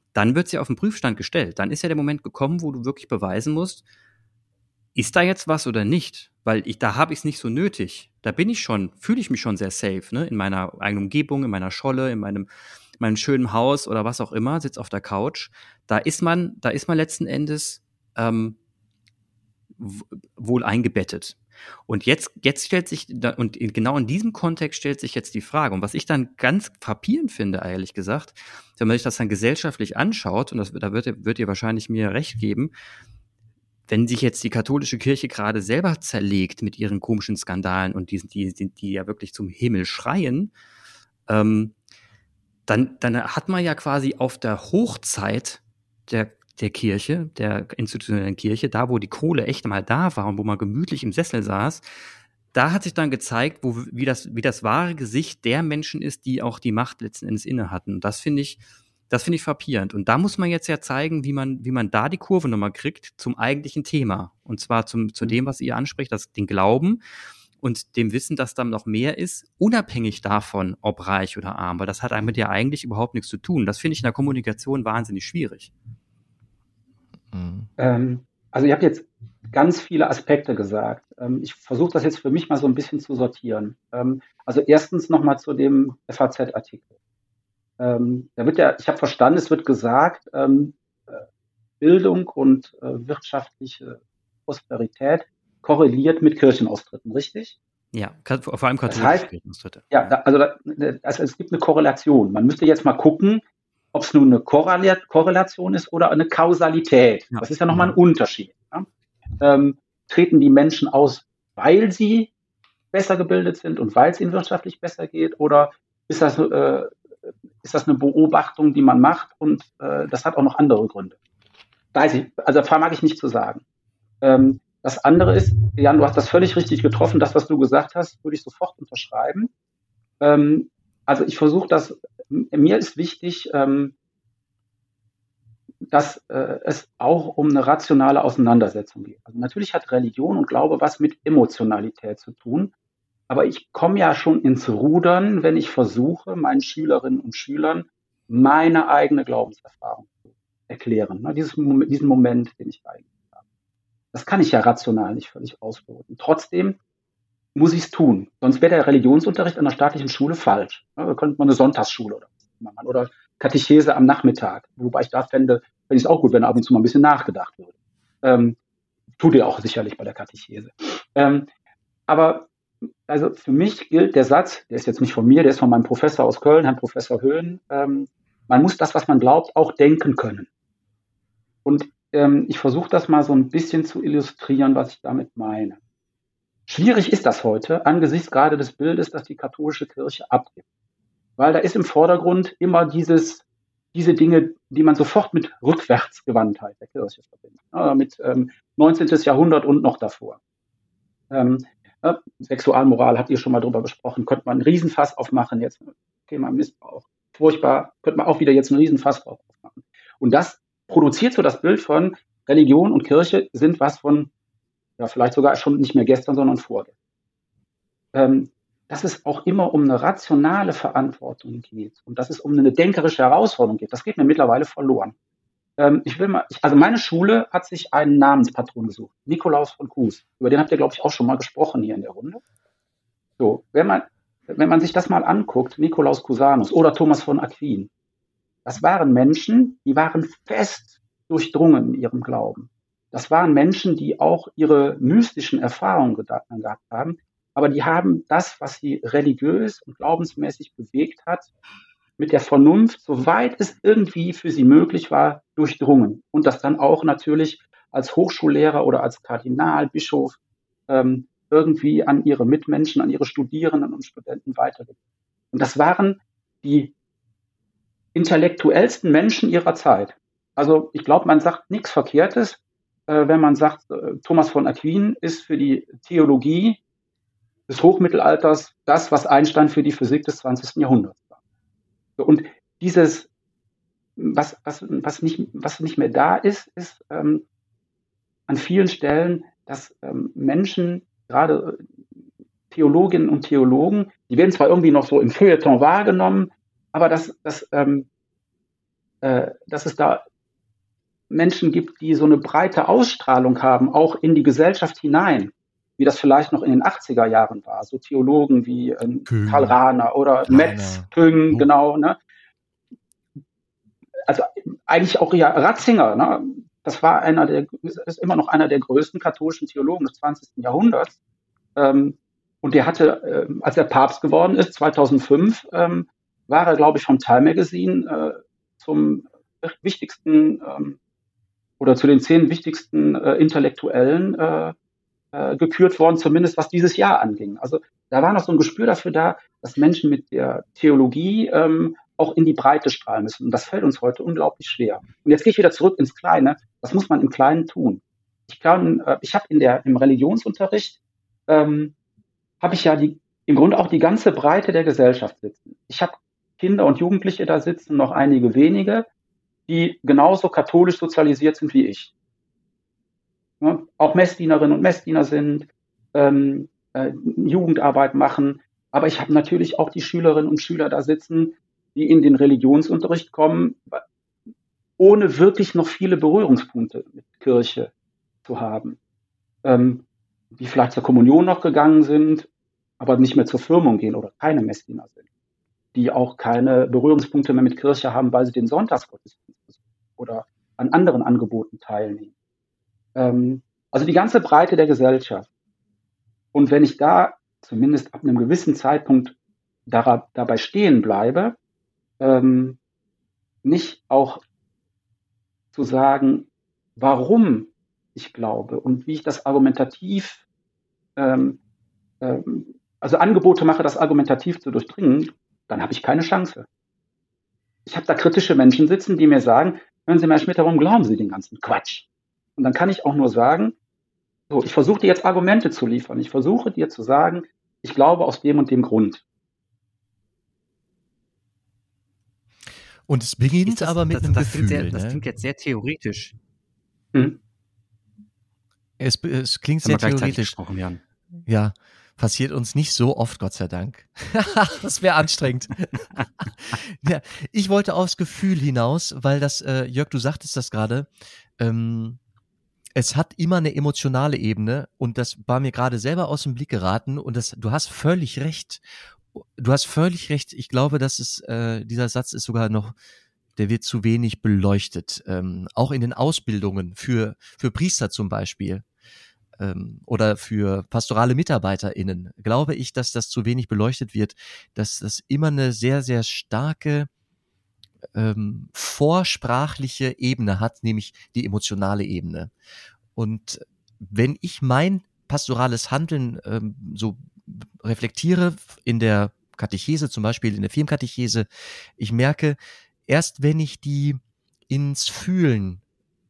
dann wird sie auf den Prüfstand gestellt. Dann ist ja der Moment gekommen, wo du wirklich beweisen musst, ist da jetzt was oder nicht? Weil ich, da habe ich es nicht so nötig. Da bin ich schon, fühle ich mich schon sehr safe, ne? In meiner eigenen Umgebung, in meiner Scholle, in meinem, meinem schönen Haus oder was auch immer, sitze auf der Couch. Da ist man, da ist man letzten Endes ähm, w- wohl eingebettet. Und jetzt, jetzt stellt sich, da, und in, genau in diesem Kontext stellt sich jetzt die Frage, und was ich dann ganz frappierend finde, ehrlich gesagt, wenn man sich das dann gesellschaftlich anschaut, und das, da wird, wird ihr wahrscheinlich mir recht geben, wenn sich jetzt die katholische Kirche gerade selber zerlegt mit ihren komischen Skandalen und diesen, die, die, die ja wirklich zum Himmel schreien, ähm, dann, dann hat man ja quasi auf der Hochzeit der, der Kirche, der institutionellen Kirche, da wo die Kohle echt mal da war und wo man gemütlich im Sessel saß, da hat sich dann gezeigt, wo, wie, das, wie das wahre Gesicht der Menschen ist, die auch die Macht letzten Endes inne hatten. Und das finde ich, das finde ich frappierend. Und da muss man jetzt ja zeigen, wie man, wie man da die Kurve nochmal kriegt zum eigentlichen Thema. Und zwar zum, zu dem, was ihr anspricht, das, den Glauben und dem Wissen, dass da noch mehr ist, unabhängig davon, ob reich oder arm. Weil das hat damit ja eigentlich überhaupt nichts zu tun. Das finde ich in der Kommunikation wahnsinnig schwierig. Mhm. Ähm, also ihr habt jetzt ganz viele Aspekte gesagt. Ähm, ich versuche das jetzt für mich mal so ein bisschen zu sortieren. Ähm, also erstens nochmal zu dem F A Z-Artikel. Ähm, da wird ja, ich habe verstanden, es wird gesagt, ähm, äh, Bildung und äh, wirtschaftliche Prosperität korreliert mit Kirchenaustritten, richtig? Ja, vor allem Das katholische heißt, Kirchenaustritte. ja, da, also, da, also es gibt eine Korrelation. Man müsste jetzt mal gucken, ob es nun eine Korrela- Korrelation ist oder eine Kausalität. Ja. Das ist ja nochmal ein Unterschied. Ja? Ähm, treten die Menschen aus, weil sie besser gebildet sind und weil es ihnen wirtschaftlich besser geht? Oder ist das, äh, ist das eine Beobachtung, die man macht und äh, das hat auch noch andere Gründe? Weiß ich, also vermag ich nicht zu sagen. Ähm, das andere ist, Jan, du hast das völlig richtig getroffen. Das, was du gesagt hast, würde ich sofort unterschreiben. Ähm, also ich versuche das, mir ist wichtig, ähm, dass äh, es auch um eine rationale Auseinandersetzung geht. Also natürlich hat Religion und Glaube was mit Emotionalität zu tun, aber ich komme ja schon ins Rudern, wenn ich versuche, meinen Schülerinnen und Schülern meine eigene Glaubenserfahrung zu erklären. Ne? Dieses, diesen Moment, den ich eigentlich habe. Das kann ich ja rational nicht völlig ausloten. Trotzdem muss ich es tun. Sonst wäre der Religionsunterricht an der staatlichen Schule falsch. Ja, da könnte man eine Sonntagsschule oder machen oder Katechese am Nachmittag. Wobei ich da fände, fände ich es auch gut, wenn ab und zu mal ein bisschen nachgedacht würde. Ähm, tut ihr auch sicherlich bei der Katechese. Ähm, aber also für mich gilt der Satz, der ist jetzt nicht von mir, der ist von meinem Professor aus Köln, Herrn Professor Höhn, ähm, man muss das, was man glaubt, auch denken können. Und ähm, ich versuche das mal so ein bisschen zu illustrieren, was ich damit meine. Schwierig ist das heute angesichts gerade des Bildes, das die katholische Kirche abgibt. Weil da ist im Vordergrund immer dieses, diese Dinge, die man sofort mit Rückwärtsgewandtheit der Kirche verbindet. Ja, mit ähm, neunzehnten. Jahrhundert und noch davor. Ähm, ja, Sexualmoral habt ihr schon mal drüber gesprochen, könnte man einen Riesenfass aufmachen, jetzt Thema Missbrauch. Furchtbar, könnte man auch wieder jetzt einen Riesenfass aufmachen. Und das produziert so das Bild von Religion und Kirche sind was von, ja, vielleicht sogar schon nicht mehr gestern, sondern vorgestern. Ähm, dass es auch immer um eine rationale Verantwortung geht und dass es um eine denkerische Herausforderung geht, das geht mir mittlerweile verloren. Ähm, ich will mal, ich, also meine Schule hat sich einen Namenspatron gesucht, Nikolaus von Kues. Über den habt ihr, glaube ich, auch schon mal gesprochen hier in der Runde. So, wenn man, wenn man sich das mal anguckt, Nikolaus Cusanus oder Thomas von Aquin, das waren Menschen, die waren fest durchdrungen in ihrem Glauben. Das waren Menschen, die auch ihre mystischen Erfahrungen gehabt haben, aber die haben das, was sie religiös und glaubensmäßig bewegt hat, mit der Vernunft, soweit es irgendwie für sie möglich war, durchdrungen. Und das dann auch natürlich als Hochschullehrer oder als Kardinal, Bischof ähm, irgendwie an ihre Mitmenschen, an ihre Studierenden und Studenten weitergegeben. Und das waren die intellektuellsten Menschen ihrer Zeit. Also ich glaube, man sagt nichts Verkehrtes, äh, wenn man sagt, äh, Thomas von Aquin ist für die Theologie des Hochmittelalters das, was Einstein für die Physik des zwanzigsten. Jahrhunderts war. So, und dieses, was, was, was, nicht, was nicht mehr da ist, ist ähm, an vielen Stellen, dass ähm, Menschen, gerade Theologinnen und Theologen, die werden zwar irgendwie noch so im Feuilleton wahrgenommen, aber dass, dass ähm, äh, dass es da Menschen gibt, die so eine breite Ausstrahlung haben, auch in die Gesellschaft hinein, wie das vielleicht noch in den achtziger Jahren war. So Theologen wie ähm, Karl Kühn, Rahner oder Metz, Rainer. Küng, Oh. genau. Ne? Also eigentlich auch ja, Ratzinger. Ne? Das war einer der, ist immer noch einer der größten katholischen Theologen des zwanzigsten Jahrhunderts. Ähm, und der hatte, äh, als er Papst geworden ist, zweitausendfünf, ähm, war er, glaube ich, vom Time Magazine äh, zum wichtigsten ähm, oder zu den zehn wichtigsten äh, Intellektuellen äh, äh, gekürt worden, zumindest was dieses Jahr anging. Also da war noch so ein Gespür dafür da, dass Menschen mit der Theologie ähm, auch in die Breite strahlen müssen. Und das fällt uns heute unglaublich schwer. Und jetzt gehe ich wieder zurück ins Kleine. Das muss man im Kleinen tun. Ich kann, äh, ich habe in der im Religionsunterricht ähm, habe ich ja die im Grunde auch die ganze Breite der Gesellschaft sitzen. Ich habe Kinder und Jugendliche da sitzen, noch einige wenige, die genauso katholisch sozialisiert sind wie ich. Ja, auch Messdienerinnen und Messdiener sind, ähm, äh, Jugendarbeit machen. Aber ich habe natürlich auch die Schülerinnen und Schüler da sitzen, die in den Religionsunterricht kommen, ohne wirklich noch viele Berührungspunkte mit Kirche zu haben. Ähm, die vielleicht zur Kommunion noch gegangen sind, aber nicht mehr zur Firmung gehen oder keine Messdiener sind. Die auch keine Berührungspunkte mehr mit Kirche haben, weil sie den Sonntagsgottesdienst besuchen oder an anderen Angeboten teilnehmen. Ähm, also die ganze Breite der Gesellschaft. Und wenn ich da zumindest ab einem gewissen Zeitpunkt dar- dabei stehen bleibe, ähm, nicht auch zu sagen, warum ich glaube und wie ich das argumentativ, ähm, ähm, also Angebote mache, das argumentativ zu durchdringen, dann habe ich keine Chance. Ich habe da kritische Menschen sitzen, die mir sagen, hören Sie mal, Herr Schmidt, warum glauben Sie den ganzen Quatsch? Und dann kann ich auch nur sagen, so, ich versuche dir jetzt Argumente zu liefern. Ich versuche dir zu sagen, ich glaube aus dem und dem Grund. Und es beginnt Ist das, aber mit das, einem das Gefühl. Klingt sehr, das ne? klingt jetzt sehr theoretisch. Hm? es, es klingt Haben wir sehr gleichzeitig theoretisch. gesprochen, Jan. Ja, passiert uns nicht so oft, Gott sei Dank. Das wäre anstrengend. Ja, ich wollte aufs Gefühl hinaus, weil das, äh, Jörg, du sagtest das gerade, ähm, es hat immer eine emotionale Ebene und das war mir gerade selber aus dem Blick geraten und das, du hast völlig recht. Du hast völlig recht. Ich glaube, dass es, äh, dieser Satz ist sogar noch, der wird zu wenig beleuchtet. Ähm, auch in den Ausbildungen für, für Priester zum Beispiel ähm, oder für pastorale MitarbeiterInnen glaube ich, dass das zu wenig beleuchtet wird, dass das immer eine sehr, sehr starke ähm, vorsprachliche Ebene hat, nämlich die emotionale Ebene. Und wenn ich mein pastorales Handeln ähm, so reflektiere in der Katechese, zum Beispiel in der Firmenkatechese, ich merke, erst wenn ich die ins Fühlen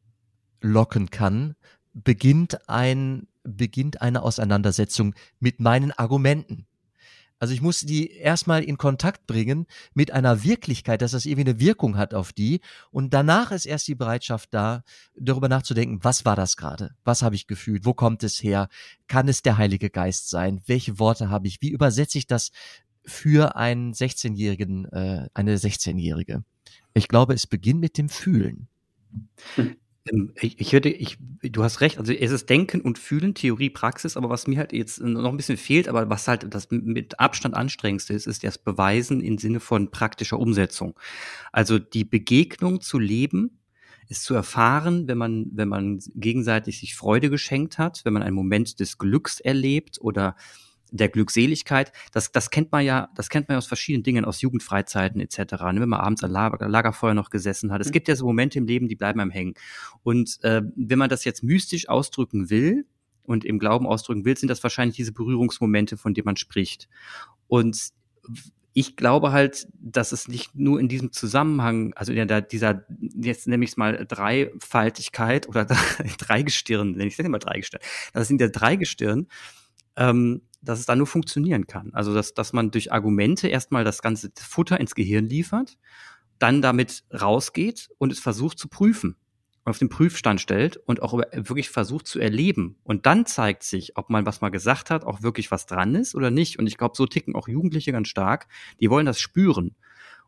locken kann, beginnt ein beginnt eine Auseinandersetzung mit meinen Argumenten. Also ich muss die erstmal in Kontakt bringen mit einer Wirklichkeit, dass das irgendwie eine Wirkung hat auf die. Und danach ist erst die Bereitschaft da, darüber nachzudenken, was war das gerade? Was habe ich gefühlt? Wo kommt es her? Kann es der Heilige Geist sein? Welche Worte habe ich? Wie übersetze ich das für einen sechzehnjährigen, äh, eine sechzehnjährige? Ich glaube, es beginnt mit dem Fühlen. Hm. Ich, ich würde, ich, du hast recht, also es ist Denken und Fühlen, Theorie, Praxis, aber was mir halt jetzt noch ein bisschen fehlt, aber was halt das mit Abstand anstrengendste ist, ist das Beweisen im Sinne von praktischer Umsetzung. Also die Begegnung zu leben, ist zu erfahren, wenn man, wenn man gegenseitig sich Freude geschenkt hat, wenn man einen Moment des Glücks erlebt oder der Glückseligkeit, das, das kennt man ja, das kennt man ja aus verschiedenen Dingen, aus Jugendfreizeiten et cetera, ne, wenn man abends am Lager, Lagerfeuer noch gesessen hat. Es gibt ja so Momente im Leben, die bleiben einem hängen. Und äh, wenn man das jetzt mystisch ausdrücken will und im Glauben ausdrücken will, sind das wahrscheinlich diese Berührungsmomente, von denen man spricht. Und ich glaube halt, dass es nicht nur in diesem Zusammenhang, also in der, dieser, jetzt nenne ich es mal Dreifaltigkeit oder Dreigestirn, nenne ich es immer Dreigestirn, das sind ja Dreigestirn, ähm, dass es dann nur funktionieren kann. Also, dass, dass man durch Argumente erstmal das ganze Futter ins Gehirn liefert, dann damit rausgeht und es versucht zu prüfen, auf den Prüfstand stellt und auch wirklich versucht zu erleben. Und dann zeigt sich, ob man, was man gesagt hat, auch wirklich was dran ist oder nicht. Und ich glaube, so ticken auch Jugendliche ganz stark. Die wollen das spüren.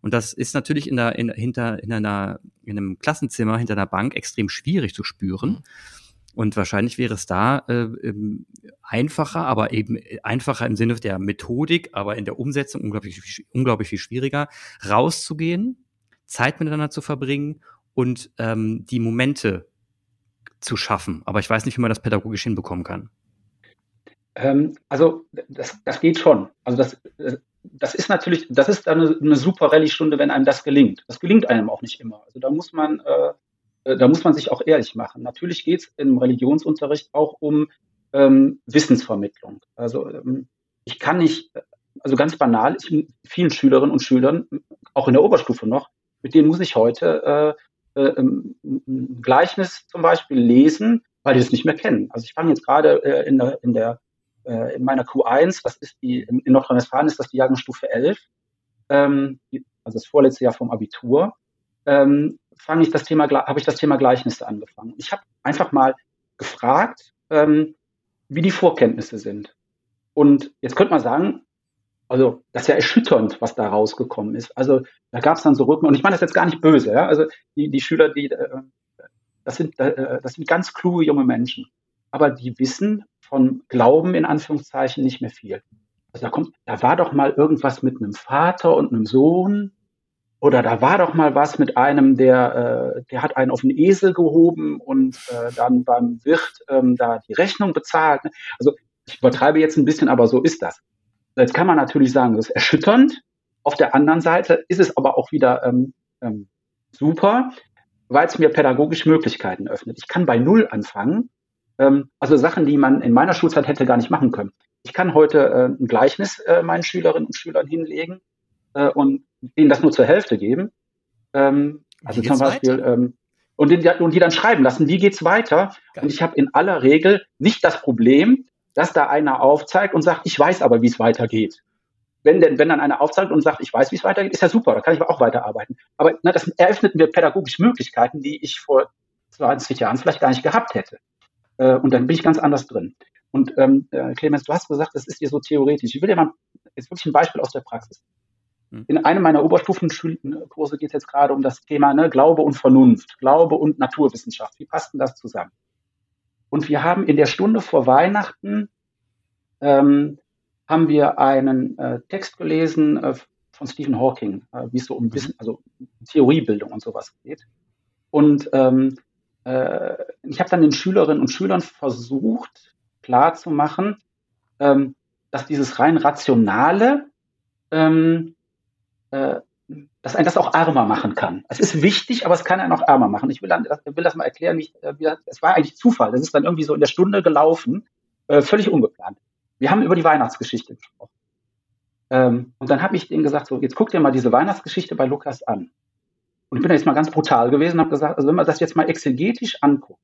Und das ist natürlich in der, in, hinter, in einer, in einem Klassenzimmer hinter einer Bank extrem schwierig zu spüren. Und wahrscheinlich wäre es da äh, einfacher, aber eben einfacher im Sinne der Methodik, aber in der Umsetzung unglaublich, unglaublich viel schwieriger, rauszugehen, Zeit miteinander zu verbringen und ähm, die Momente zu schaffen. Aber ich weiß nicht, wie man das pädagogisch hinbekommen kann. Ähm, also das, das geht schon. Also das, das ist natürlich, das ist dann eine, eine super Rallye-Stunde, wenn einem das gelingt. Das gelingt einem auch nicht immer. Also da muss man äh, Da muss man sich auch ehrlich machen. Natürlich geht es im Religionsunterricht auch um ähm, Wissensvermittlung. Also ähm, ich kann nicht, also ganz banal, ich mit vielen Schülerinnen und Schülern, auch in der Oberstufe noch, mit denen muss ich heute äh, äh, ein Gleichnis zum Beispiel lesen, weil die es nicht mehr kennen. Also ich fange jetzt gerade äh, in der, in der äh, in meiner Q eins, das ist die, in Nordrhein-Westfalen ist das die Jahrgangsstufe elf, ähm, also das vorletzte Jahr vom Abitur. Ähm, fange ich das Thema, habe ich das Thema Gleichnisse angefangen. Ich habe einfach mal gefragt, ähm, wie die Vorkenntnisse sind. Und jetzt könnte man sagen, also das ist ja erschütternd, was da rausgekommen ist. Also da gab es dann so Rücken, und ich meine das jetzt gar nicht böse, ja? Also die, die Schüler, die äh, das sind, äh, das sind ganz kluge junge Menschen, aber die wissen von Glauben in Anführungszeichen nicht mehr viel. Also da kommt, da war doch mal irgendwas mit einem Vater und einem Sohn. Oder da war doch mal was mit einem, der, äh, der hat einen auf den Esel gehoben und äh, dann beim Wirt ähm, da die Rechnung bezahlt. Also ich übertreibe jetzt ein bisschen, aber so ist das. Jetzt kann man natürlich sagen, das ist erschütternd. Auf der anderen Seite ist es aber auch wieder ähm, ähm, super, weil es mir pädagogisch Möglichkeiten öffnet. Ich kann bei Null anfangen. Ähm, also Sachen, die man in meiner Schulzeit hätte gar nicht machen können. Ich kann heute äh, ein Gleichnis äh, meinen Schülerinnen und Schülern hinlegen äh, und denen das nur zur Hälfte geben. Ähm, also zum Beispiel, ähm, und, den, und die dann schreiben lassen, wie geht's weiter? Geil. Und ich habe in aller Regel nicht das Problem, dass da einer aufzeigt und sagt, ich weiß aber, wie es weitergeht. Wenn denn, wenn dann einer aufzeigt und sagt, ich weiß, wie es weitergeht, ist ja super, da kann ich auch weiterarbeiten. Aber na, das eröffnet mir pädagogisch Möglichkeiten, die ich vor zwanzig Jahren vielleicht gar nicht gehabt hätte. Äh, und dann bin ich ganz anders drin. Und ähm, äh, Clemens, du hast gesagt, das ist hier so theoretisch. Ich will dir mal jetzt wirklich ein Beispiel aus der Praxis. In einem meiner Oberstufenkurse geht es jetzt gerade um das Thema ne, Glaube und Vernunft, Glaube und Naturwissenschaft. Wie passt denn das zusammen? Und wir haben in der Stunde vor Weihnachten ähm, haben wir einen äh, Text gelesen äh, von Stephen Hawking, äh, wie es so um Wissen, also Theoriebildung und sowas geht. Und ähm, äh, ich habe dann den Schülerinnen und Schülern versucht klarzumachen, ähm, dass dieses rein rationale ähm, dass ein das auch ärmer machen kann. Es ist wichtig, aber es kann einen auch ärmer machen. Ich will, dann, will das mal erklären. Wie, wie das, es war eigentlich Zufall. Das ist dann irgendwie so in der Stunde gelaufen, äh, völlig ungeplant. Wir haben über die Weihnachtsgeschichte gesprochen. Ähm, und dann habe ich denen gesagt, so, jetzt guck dir mal diese Weihnachtsgeschichte bei Lukas an. Und ich bin da jetzt mal ganz brutal gewesen und habe gesagt, also wenn man das jetzt mal exegetisch anguckt,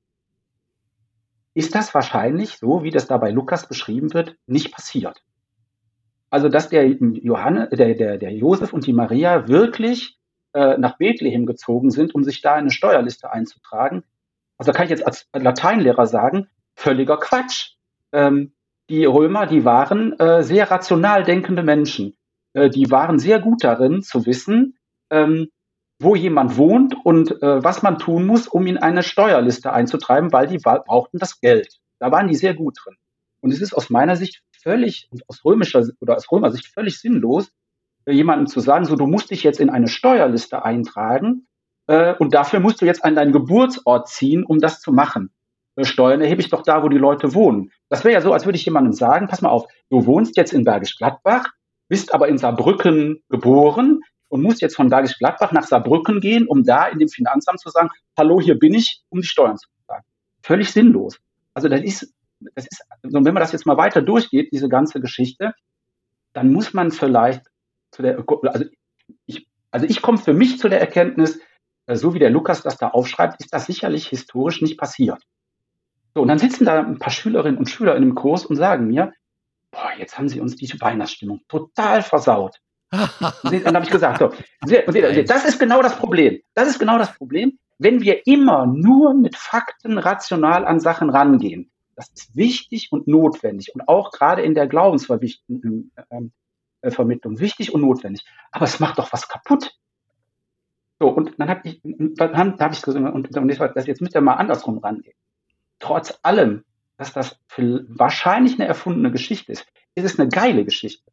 ist das wahrscheinlich, so wie das da bei Lukas beschrieben wird, nicht passiert. Also, dass der Johannes, der, der, der Josef und die Maria wirklich äh, nach Bethlehem gezogen sind, um sich da in eine Steuerliste einzutragen. Also, da kann ich jetzt als Lateinlehrer sagen, völliger Quatsch. Ähm, die Römer, die waren äh, sehr rational denkende Menschen. Äh, die waren sehr gut darin, zu wissen, ähm, wo jemand wohnt und äh, was man tun muss, um ihn in eine Steuerliste einzutreiben, weil die brauchten das Geld. Da waren die sehr gut drin. Und es ist aus meiner Sicht völlig, aus römischer oder aus Römersicht völlig sinnlos, jemandem zu sagen, so, du musst dich jetzt in eine Steuerliste eintragen äh, und dafür musst du jetzt an deinen Geburtsort ziehen, um das zu machen. Äh, Steuern erhebe ich doch da, wo die Leute wohnen. Das wäre ja so, als würde ich jemandem sagen, pass mal auf, du wohnst jetzt in Bergisch Gladbach, bist aber in Saarbrücken geboren und musst jetzt von Bergisch Gladbach nach Saarbrücken gehen, um da in dem Finanzamt zu sagen, hallo, hier bin ich, um die Steuern zu bezahlen. Völlig sinnlos. Also das ist Das ist, also wenn man das jetzt mal weiter durchgeht, diese ganze Geschichte, dann muss man vielleicht zu der, also ich, also ich komme für mich zu der Erkenntnis, so wie der Lukas das da aufschreibt, ist das sicherlich historisch nicht passiert. So, und dann sitzen da ein paar Schülerinnen und Schüler in einem Kurs und sagen mir, boah, jetzt haben sie uns die Weihnachtsstimmung total versaut. Und dann habe ich gesagt, so, das ist genau das Problem. Das ist genau das Problem, wenn wir immer nur mit Fakten rational an Sachen rangehen. Das ist wichtig und notwendig. Und auch gerade in der Glaubensverwicklung, Wissensvermittlung wichtig und notwendig. Aber es macht doch was kaputt. So, und dann habe ich, dann habe ich gesagt, und, und das jetzt müsst ihr mal andersrum rangehen. Trotz allem, dass das für wahrscheinlich eine erfundene Geschichte ist, ist es eine geile Geschichte.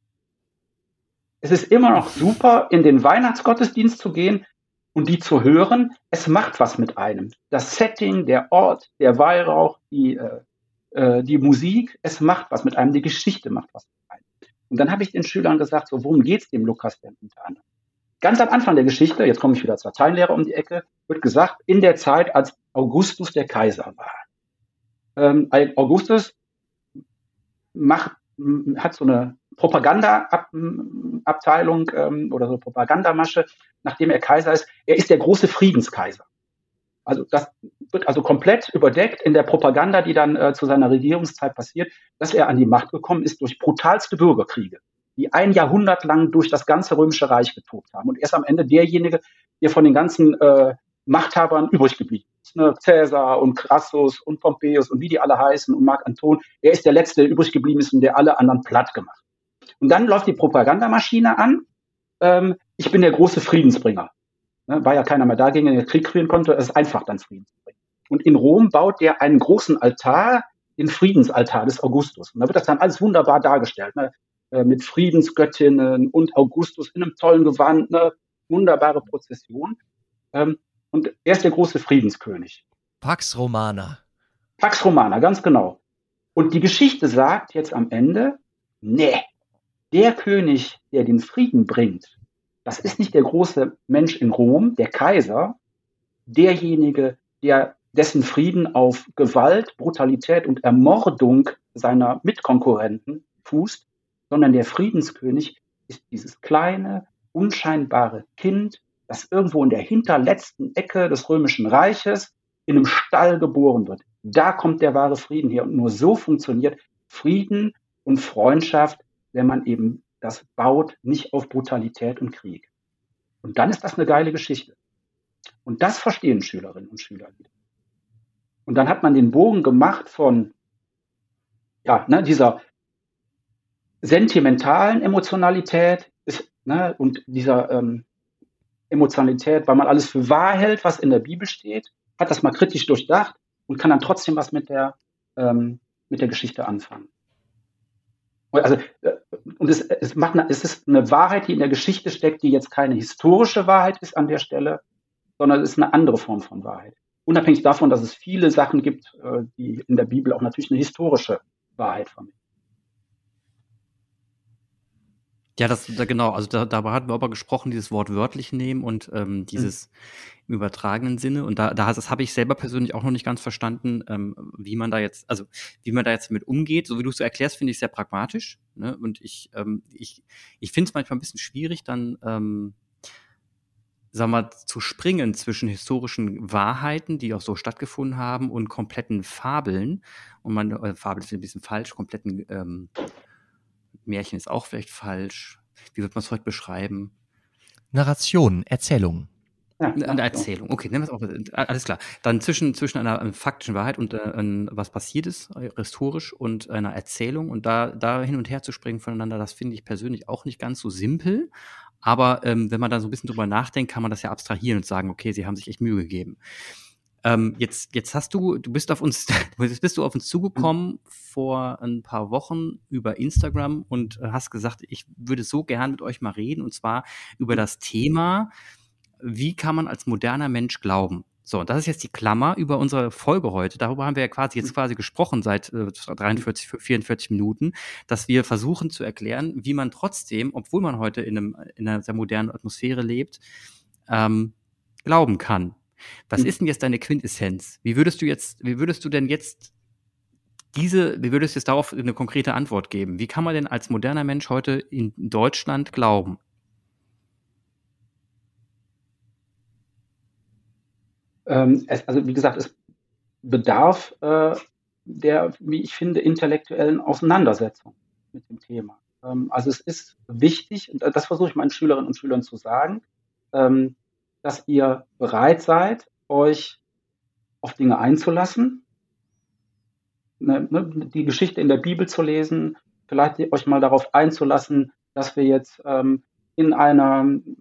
Es ist immer noch super, in den Weihnachtsgottesdienst zu gehen und die zu hören. Es macht was mit einem. Das Setting, der Ort, der Weihrauch, die, äh, die Musik, es macht was mit einem. Die Geschichte macht was mit einem. Und dann habe ich den Schülern gesagt, so, worum geht's dem Lukas denn unter anderem? Ganz am Anfang der Geschichte, jetzt komme ich wieder zur Lateinlehre um die Ecke, wird gesagt, in der Zeit, als Augustus der Kaiser war. Ähm, Augustus macht, hat so eine Propaganda-Abteilung ähm, oder so eine Propagandamasche, nachdem er Kaiser ist. Er ist der große Friedenskaiser. Also das wird also komplett überdeckt in der Propaganda, die dann äh, zu seiner Regierungszeit passiert, dass er an die Macht gekommen ist durch brutalste Bürgerkriege, die ein Jahrhundert lang durch das ganze Römische Reich getobt haben. Und er ist am Ende derjenige, der von den ganzen äh, Machthabern übrig geblieben ist. Ne? Caesar und Crassus und Pompeius und wie die alle heißen und Marc Anton. Er ist der Letzte, der übrig geblieben ist und der alle anderen platt gemacht. Und dann läuft die Propagandamaschine an. Ähm, ich bin der große Friedensbringer. Ne? War ja keiner mehr da, gegen den der Krieg führen konnte. Es ist einfach, dann Frieden zu bringen. Und in Rom baut der einen großen Altar, den Friedensaltar des Augustus. Und da wird das dann alles wunderbar dargestellt. Ne? Mit Friedensgöttinnen und Augustus in einem tollen Gewand, eine wunderbare Prozession. Ähm, und er ist der große Friedenskönig. Pax Romana. Pax Romana, ganz genau. Und die Geschichte sagt jetzt am Ende, nee, der König, der den Frieden bringt, das ist nicht der große Mensch in Rom, der Kaiser, derjenige, der dessen Frieden auf Gewalt, Brutalität und Ermordung seiner Mitkonkurrenten fußt, sondern der Friedenskönig ist dieses kleine, unscheinbare Kind, das irgendwo in der hinterletzten Ecke des Römischen Reiches in einem Stall geboren wird. Da kommt der wahre Frieden her. Und nur so funktioniert Frieden und Freundschaft, wenn man eben das baut, nicht auf Brutalität und Krieg. Und dann ist das eine geile Geschichte. Und das verstehen Schülerinnen und Schüler wieder. Und dann hat man den Bogen gemacht von ja, ne, dieser sentimentalen Emotionalität ist, ne, und dieser ähm, Emotionalität, weil man alles für wahr hält, was in der Bibel steht, hat das mal kritisch durchdacht und kann dann trotzdem was mit der, ähm, mit der Geschichte anfangen. Also, äh, und es, es, macht eine, es ist eine Wahrheit, die in der Geschichte steckt, die jetzt keine historische Wahrheit ist an der Stelle, sondern es ist eine andere Form von Wahrheit. Unabhängig davon, dass es viele Sachen gibt, äh, die in der Bibel auch natürlich eine historische Wahrheit vermitteln. Ja, das da genau, also da, dabei hatten wir aber gesprochen, dieses Wort wörtlich nehmen und ähm, dieses mhm. im übertragenen Sinne. Und da, da das habe ich selber persönlich auch noch nicht ganz verstanden, ähm, wie man da jetzt, also wie man da jetzt mit umgeht. So wie du es so erklärst, finde ich sehr pragmatisch. Ne? Und ich, ähm, ich, ich finde es manchmal ein bisschen schwierig, dann ähm, sag mal, zu springen zwischen historischen Wahrheiten, die auch so stattgefunden haben, und kompletten Fabeln. Und man, äh, Fabel ist ein bisschen falsch, kompletten ähm, Märchen ist auch vielleicht falsch. Wie wird man es heute beschreiben? Narration, Erzählung. Ja, eine Erzählung, okay, nennen wir es auch, alles klar. Dann zwischen, zwischen einer, einer faktischen Wahrheit und äh, was passiert ist, historisch, und einer Erzählung, und da, da hin und her zu springen voneinander, das finde ich persönlich auch nicht ganz so simpel. Aber ähm, wenn man da so ein bisschen drüber nachdenkt, kann man das ja abstrahieren und sagen, okay, sie haben sich echt Mühe gegeben. Ähm, jetzt, jetzt hast du, du bist auf uns, jetzt bist du auf uns zugekommen vor ein paar Wochen über Instagram und hast gesagt, ich würde so gern mit euch mal reden, und zwar über das Thema, wie kann man als moderner Mensch glauben? So, und das ist jetzt die Klammer über unsere Folge heute. Darüber haben wir ja quasi jetzt quasi gesprochen seit äh, dreiundvierzig, vierundvierzig Minuten, dass wir versuchen zu erklären, wie man trotzdem, obwohl man heute in, einem, in einer sehr modernen Atmosphäre lebt, ähm, glauben kann. Was mhm. ist denn jetzt deine Quintessenz? Wie würdest du jetzt, wie würdest du denn jetzt diese, wie würdest du jetzt darauf eine konkrete Antwort geben? Wie kann man denn als moderner Mensch heute in Deutschland glauben? Ähm, es, also wie gesagt, es bedarf äh, der, wie ich finde, intellektuellen Auseinandersetzung mit dem Thema. Ähm, also es ist wichtig, und das versuche ich meinen Schülerinnen und Schülern zu sagen, ähm, dass ihr bereit seid, euch auf Dinge einzulassen, ne, ne, die Geschichte in der Bibel zu lesen, vielleicht euch mal darauf einzulassen, dass wir jetzt ähm, in einer,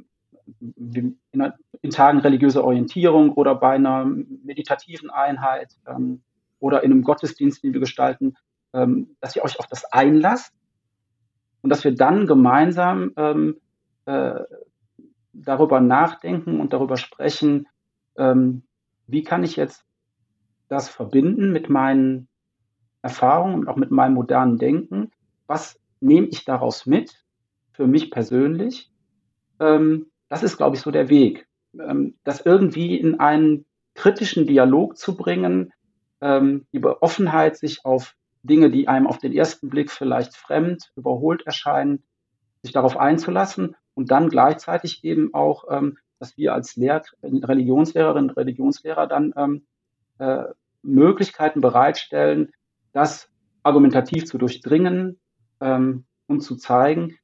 in, einer, in Tagen religiöser Orientierung oder bei einer meditativen Einheit ähm, oder in einem Gottesdienst, den wir gestalten, ähm, dass ihr euch auf das einlasst und dass wir dann gemeinsam ähm, äh, darüber nachdenken und darüber sprechen, ähm, wie kann ich jetzt das verbinden mit meinen Erfahrungen und auch mit meinem modernen Denken. Was nehme ich daraus mit für mich persönlich? Ähm, das ist, glaube ich, so der Weg, ähm, das irgendwie in einen kritischen Dialog zu bringen, ähm, die Offenheit, sich auf Dinge, die einem auf den ersten Blick vielleicht fremd, überholt erscheinen, sich darauf einzulassen und dann gleichzeitig eben auch, ähm, dass wir als Lehr Religionslehrerinnen und Religionslehrer dann ähm, äh, Möglichkeiten bereitstellen, das argumentativ zu durchdringen ähm, und zu zeigen,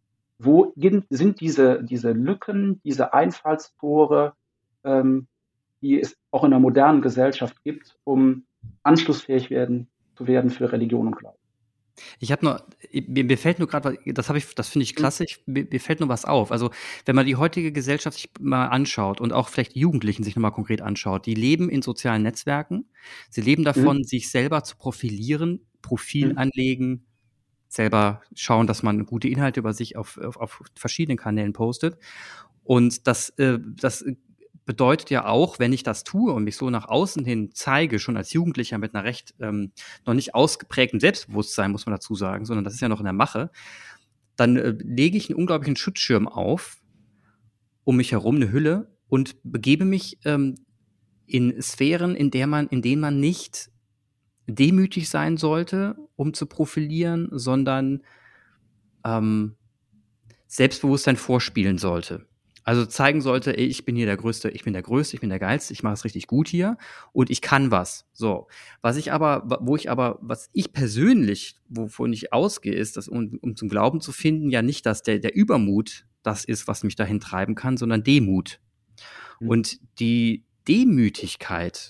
wo sind diese, diese Lücken, diese Einfallstore, ähm, die es auch in der modernen Gesellschaft gibt, um anschlussfähig werden, zu werden für Religion und Glauben. Ich habe nur, mir, mir fällt nur gerade, das habe ich, das finde ich klasse, ich, mir, mir fällt nur was auf. Also wenn man die heutige Gesellschaft sich mal anschaut und auch vielleicht die Jugendlichen sich nochmal konkret anschaut, die leben in sozialen Netzwerken, sie leben davon, mhm. sich selber zu profilieren, Profil mhm. anlegen, selber schauen, dass man gute Inhalte über sich auf, auf, auf verschiedenen Kanälen postet. Und das, äh, das bedeutet ja auch, wenn ich das tue und mich so nach außen hin zeige, schon als Jugendlicher mit einer recht ähm, noch nicht ausgeprägten Selbstbewusstsein, muss man dazu sagen, sondern das ist ja noch in der Mache, dann äh, lege ich einen unglaublichen Schutzschirm auf, um mich herum eine Hülle und begebe mich ähm, in Sphären, in der man, in denen man nicht demütig sein sollte, um zu profilieren, sondern ähm, Selbstbewusstsein vorspielen sollte. Also zeigen sollte, ey, ich bin hier der Größte, ich bin der Größte, ich bin der Geilste, ich mache es richtig gut hier und ich kann was. So, was ich aber, wo ich aber, was ich persönlich, wovon ich ausgehe, ist, dass um, um zum Glauben zu finden, ja nicht, dass der der Übermut das ist, was mich dahin treiben kann, sondern Demut. Mhm. Und die Demütigkeit,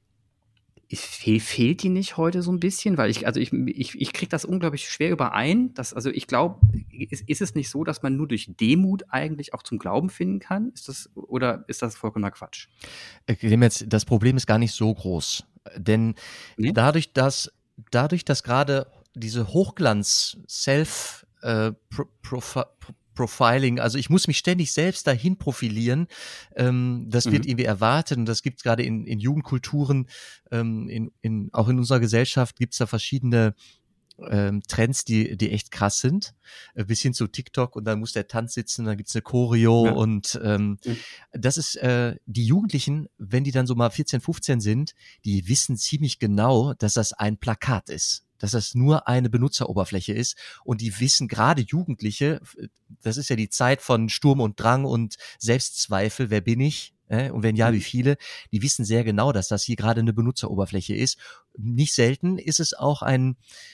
Fehl, fehlt die nicht heute so ein bisschen? Weil ich, also ich, ich, ich kriege das unglaublich schwer überein. Dass, also ich glaube, ist, ist es nicht so, dass man nur durch Demut eigentlich auch zum Glauben finden kann? Ist das, oder ist das vollkommener Quatsch? Das Problem ist gar nicht so groß. Denn nee? dadurch, dass, dadurch, dass gerade diese Hochglanz-Self- äh, Pro- Profi- Profiling, also ich muss mich ständig selbst dahin profilieren, ähm, das mhm. wird irgendwie erwartet und das gibt es gerade in, in Jugendkulturen, ähm, in, in, auch in unserer Gesellschaft gibt es da verschiedene ähm, Trends, die die echt krass sind, äh, bis hin zu TikTok und dann muss der Tanz sitzen, dann gibt's eine Choreo ja. und ähm, mhm. das ist, äh, die Jugendlichen, wenn die dann so mal vierzehn, fünfzehn sind, die wissen ziemlich genau, dass das ein Plakat ist, dass das nur eine Benutzeroberfläche ist und die wissen, gerade Jugendliche, das ist ja die Zeit von Sturm und Drang und Selbstzweifel, wer bin ich? Äh, und wenn ja, wie viele? Die wissen sehr genau, dass das hier gerade eine Benutzeroberfläche ist. Nicht selten ist es auch ein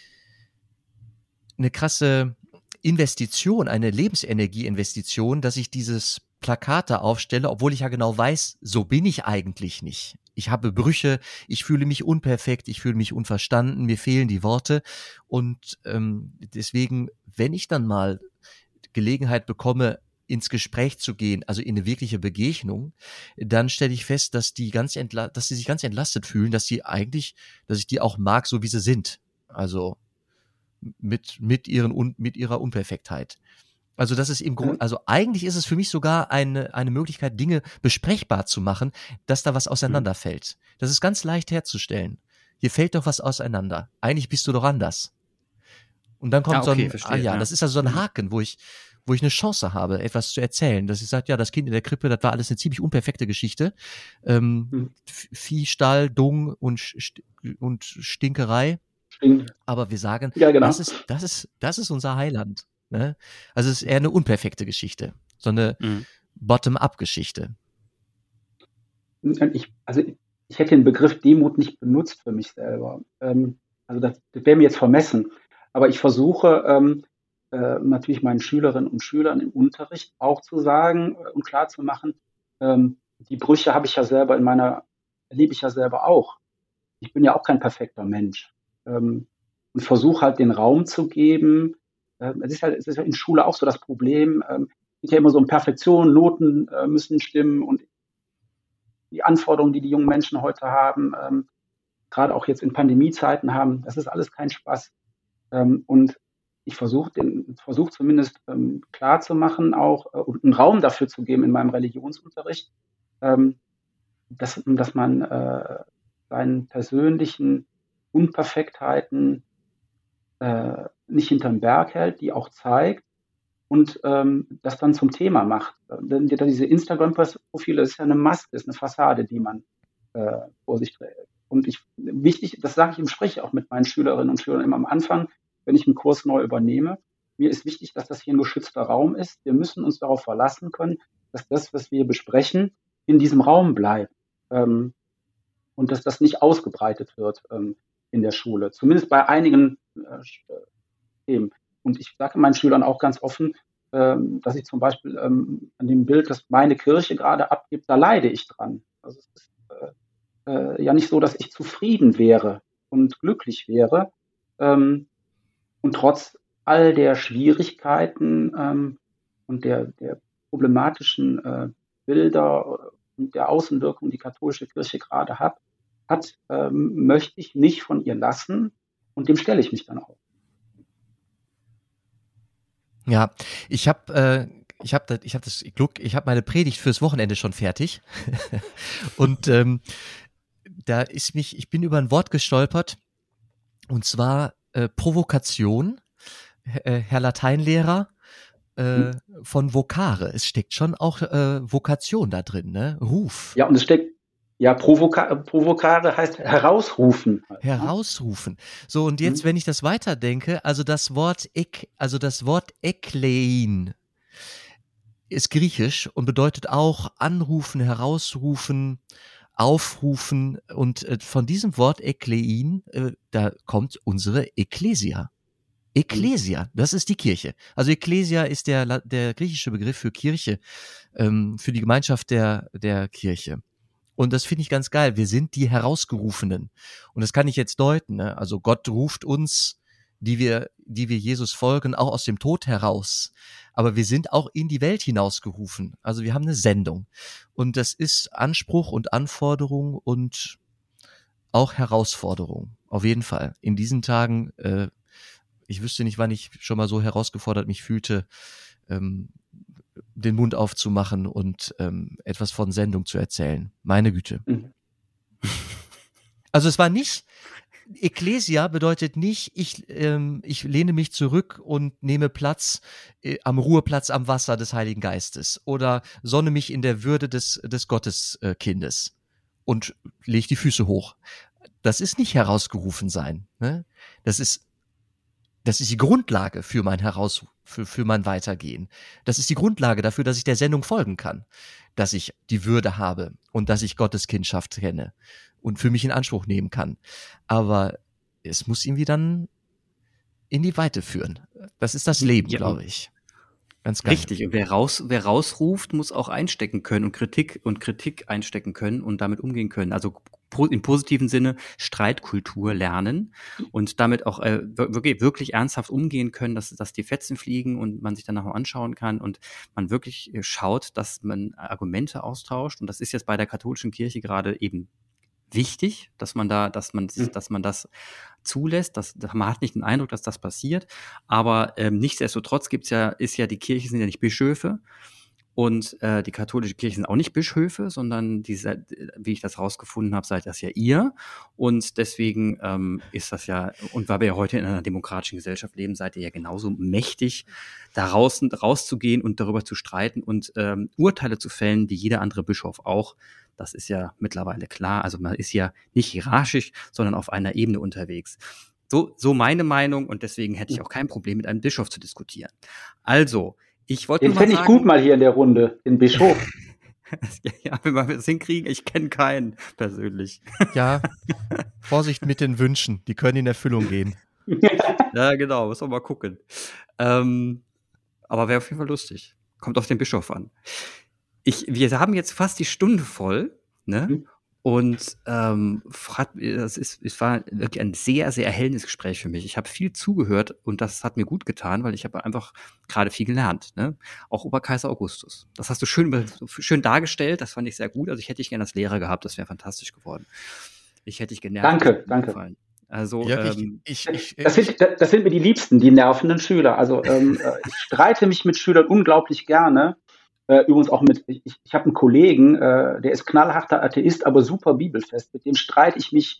eine krasse Investition, eine Lebensenergieinvestition, dass ich dieses Plakat da aufstelle, obwohl ich ja genau weiß, so bin ich eigentlich nicht. Ich habe Brüche, ich fühle mich unperfekt, ich fühle mich unverstanden, mir fehlen die Worte und ähm, deswegen, wenn ich dann mal Gelegenheit bekomme, ins Gespräch zu gehen, also in eine wirkliche Begegnung, dann stelle ich fest, dass die ganz entla- dass sie sich ganz entlastet fühlen, dass die eigentlich, dass ich die auch mag, so wie sie sind. Also mit mit ihren mit ihrer Unperfektheit. Also das ist im Grunde, also eigentlich ist es für mich sogar eine eine Möglichkeit, Dinge besprechbar zu machen, dass da was auseinanderfällt. Das ist ganz leicht herzustellen. Hier fällt doch was auseinander. Eigentlich bist du doch anders. Und dann kommt ah, okay, so ein, verstehe, ah ja, ja, das ist also so ein Haken, wo ich wo ich eine Chance habe, etwas zu erzählen. Dass ich sage, ja, das Kind in der Krippe, das war alles eine ziemlich unperfekte Geschichte. Ähm, mhm. Vieh, Stall, Dung und, St- und Stinkerei. Aber wir sagen, ja, genau. das ist, das ist, das ist unser Heiland. Ne? Also es ist eher eine unperfekte Geschichte, so eine mhm. Bottom-up-Geschichte. Ich, also ich hätte den Begriff Demut nicht benutzt für mich selber. Ähm, also das, das wäre mir jetzt vermessen. Aber ich versuche ähm, äh, natürlich meinen Schülerinnen und Schülern im Unterricht auch zu sagen äh, und klar zu machen, ähm, die Brüche habe ich ja selber in meiner, erlebe ich ja selber auch. Ich bin ja auch kein perfekter Mensch. Ähm, und versuche halt den Raum zu geben, äh, es ist ja, es ist ja in Schule auch so das Problem, ähm, es geht ja immer so um Perfektion, Noten äh, müssen stimmen und die Anforderungen, die die jungen Menschen heute haben, ähm, gerade auch jetzt in Pandemiezeiten haben, das ist alles kein Spaß. Ähm, und ich versuche den, versuche zumindest ähm, klar zu machen, auch äh, und einen Raum dafür zu geben in meinem Religionsunterricht, ähm, dass, dass man äh, seinen persönlichen Unperfektheiten äh, nicht hinterm Berg hält, die auch zeigt und ähm, das dann zum Thema macht. Denn diese Instagram-Profile, das ist ja eine Maske, ist eine Fassade, die man äh, vor sich trägt. Und ich, wichtig, das sage ich im Sprech auch mit meinen Schülerinnen und Schülern immer am Anfang, wenn ich einen Kurs neu übernehme. Mir ist wichtig, dass das hier ein geschützter Raum ist. Wir müssen uns darauf verlassen können, dass das, was wir besprechen, in diesem Raum bleibt. Ähm, und dass das nicht ausgebreitet wird ähm, in der Schule. Zumindest bei einigen äh, Themen. Und ich sage meinen Schülern auch ganz offen, ähm, dass ich zum Beispiel ähm, an dem Bild, das meine Kirche gerade abgibt, da leide ich dran. Also es ist äh, äh, ja nicht so, dass ich zufrieden wäre und glücklich wäre. Ähm, und trotz all der Schwierigkeiten ähm, und der, der problematischen äh, Bilder und der Außenwirkung, die katholische Kirche gerade hat, hat ähm, möchte ich nicht von ihr lassen und dem stelle ich mich dann auch. Ja, ich habe äh, ich habe ich habe das Glück, ich habe meine Predigt fürs Wochenende schon fertig und ähm, da ist mich, ich bin über ein Wort gestolpert und zwar äh, Provokation, äh, Herr Lateinlehrer, äh, von Vocare. Es steckt schon auch äh, Vokation da drin, ne? Ruf. Ja, und es steckt, ja, provoka provokare heißt herausrufen. Halt, Herausrufen. So, und jetzt, mhm. wenn ich das weiterdenke, also das Wort ek, also das Wort eklein ist griechisch und bedeutet auch anrufen, herausrufen, aufrufen und äh, von diesem Wort eklein, äh, da kommt unsere Ekklesia. Ekklesia, das ist die Kirche. Also Ekklesia ist der, der griechische Begriff für Kirche, ähm, für die Gemeinschaft der, der Kirche. Und das finde ich ganz geil. Wir sind die Herausgerufenen. Und das kann ich jetzt deuten. Ne? Also Gott ruft uns, die wir, die wir Jesus folgen, auch aus dem Tod heraus. Aber wir sind auch in die Welt hinausgerufen. Also wir haben eine Sendung. Und das ist Anspruch und Anforderung und auch Herausforderung. Auf jeden Fall. In diesen Tagen, äh, ich wüsste nicht, wann ich schon mal so herausgefordert mich fühlte, ähm, den Mund aufzumachen und ähm, etwas von Sendung zu erzählen. Meine Güte. Mhm. Also es war nicht, Ekklesia bedeutet nicht, ich, ähm, ich lehne mich zurück und nehme Platz äh, am Ruheplatz am Wasser des Heiligen Geistes oder sonne mich in der Würde des, des Gotteskindes äh, und lege die Füße hoch. Das ist nicht herausgerufen sein. Ne? Das ist Das ist die Grundlage für mein Heraus, für, für mein Weitergehen. Das ist die Grundlage dafür, dass ich der Sendung folgen kann. Dass ich die Würde habe und dass ich Gottes Kindschaft kenne und für mich in Anspruch nehmen kann. Aber es muss irgendwie dann in die Weite führen. Das ist das Leben, ja, glaube ich. Ganz geil. Richtig. Und wer raus, wer rausruft, muss auch einstecken können und Kritik und Kritik einstecken können und damit umgehen können. Also im positiven Sinne Streitkultur lernen und damit auch äh, wirklich, wirklich ernsthaft umgehen können, dass, dass die Fetzen fliegen und man sich dann nachher anschauen kann und man wirklich schaut, dass man Argumente austauscht. Und das ist jetzt bei der katholischen Kirche gerade eben wichtig, dass man da, dass man, mhm. dass man das zulässt. Das, man hat nicht den Eindruck, dass das passiert. Aber ähm, nichtsdestotrotz gibt's ja, ist ja, die Kirche sind ja nicht Bischöfe. Und äh, die katholische Kirche sind auch nicht Bischöfe, sondern die, wie ich das rausgefunden habe, seid das ja ihr. Und deswegen ähm, ist das ja, und weil wir ja heute in einer demokratischen Gesellschaft leben, seid ihr ja genauso mächtig, da raus, rauszugehen und darüber zu streiten und ähm, Urteile zu fällen, wie jeder andere Bischof auch. Das ist ja mittlerweile klar. Also man ist ja nicht hierarchisch, sondern auf einer Ebene unterwegs. So, so meine Meinung und deswegen hätte ich auch kein Problem, mit einem Bischof zu diskutieren. Also, ich wollte Den fände ich gut mal hier in der Runde, den Bischof. ja, ja, wenn wir das hinkriegen, ich kenne keinen persönlich. Ja, Vorsicht mit den Wünschen, die können in Erfüllung gehen. Ja, genau, müssen wir mal gucken. Ähm, aber wäre auf jeden Fall lustig. Kommt auf den Bischof an. Ich, wir haben jetzt fast die Stunde voll, ne? Mhm. Und ähm, hat, das ist, es war wirklich ein sehr, sehr erhellendes Gespräch für mich. Ich habe viel zugehört und das hat mir gut getan, weil ich habe einfach gerade viel gelernt. Ne? Auch über Kaiser Augustus. Das hast du schön, schön dargestellt, das fand ich sehr gut. Also ich hätte dich gerne als Lehrer gehabt, das wäre fantastisch geworden. Ich hätte dich genervt. Danke, danke. Gefallen. Also, Jörg, ähm, ich, ich, ich, das, sind, das sind mir die Liebsten, die nervenden Schüler. Also ähm, ich streite mich mit Schülern unglaublich gerne. Äh, übrigens auch mit, ich, ich habe einen Kollegen, äh, der ist knallharter Atheist, aber super bibelfest. Mit dem streite ich mich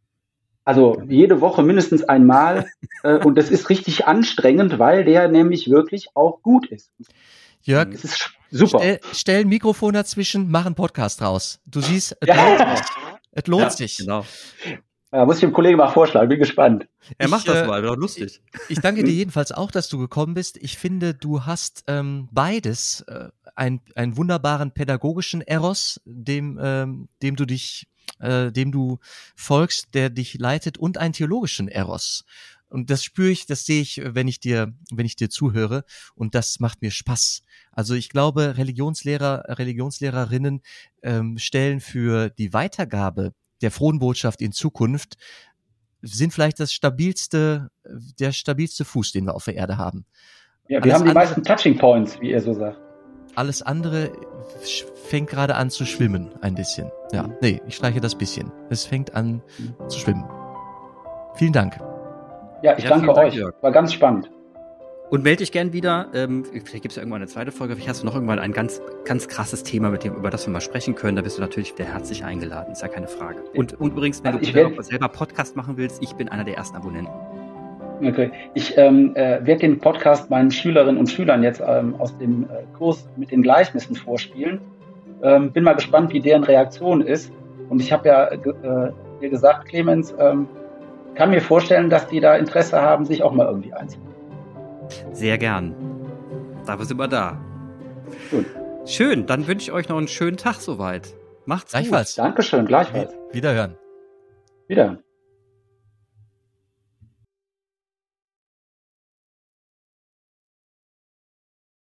also jede Woche mindestens einmal. äh, und das ist richtig anstrengend, weil der nämlich wirklich auch gut ist. Jörg, das ist super. Stell, stell ein Mikrofon dazwischen, mach einen Podcast raus. Du siehst, es Ja. lohnt sich. Es lohnt Ja, sich. genau. Ja, muss ich dem Kollegen mal vorschlagen, bin gespannt. Er Ich, macht das äh, mal, wäre doch lustig. Ich, ich danke dir jedenfalls auch, dass du gekommen bist. Ich finde, du hast ähm, beides, äh, ein, einen wunderbaren pädagogischen Eros, dem, ähm, dem du dich, äh, dem du folgst, der dich leitet, und einen theologischen Eros. Und das spüre ich, das sehe ich, wenn ich dir, wenn ich dir zuhöre, und das macht mir Spaß. Also ich glaube, Religionslehrer, Religionslehrerinnen ähm, stellen für die Weitergabe der frohen Botschaft in Zukunft, sind vielleicht das stabilste, der stabilste Fuß, den wir auf der Erde haben. Ja, wir Alles haben die andere- meisten Touching Points, wie ihr so sagt. Alles andere sch- fängt gerade an zu schwimmen, ein bisschen. Ja, Mhm. nee, ich streiche das bisschen. Es fängt an zu schwimmen. Vielen Dank. Ja, ich Ja, danke vielen Dank, euch. Jörg. War ganz spannend. Und melde dich gern wieder. Ähm, vielleicht gibt es ja irgendwann eine zweite Folge. Vielleicht hast du noch irgendwann ein ganz, ganz krasses Thema, mit dem, über das wir mal sprechen können. Da bist du natürlich wieder herzlich eingeladen. Ist ja keine Frage. Und, und übrigens, wenn Also du ich selber, werd- selber Podcast machen willst, ich bin einer der ersten Abonnenten. Okay. Ich ähm, äh, werde den Podcast meinen Schülerinnen und Schülern jetzt ähm, aus dem äh, Kurs mit den Gleichnissen vorspielen. Ähm, bin mal gespannt, wie deren Reaktion ist. Und ich habe ja äh, dir gesagt, Clemens, ähm, kann mir vorstellen, dass die da Interesse haben, sich auch mal irgendwie einzubringen. Sehr gern. Dafür sind wir da. Gut. Schön, dann wünsche ich euch noch einen schönen Tag soweit. Macht's Gleichfalls. Dankeschön, gleichfalls. Wiederhören. Wieder.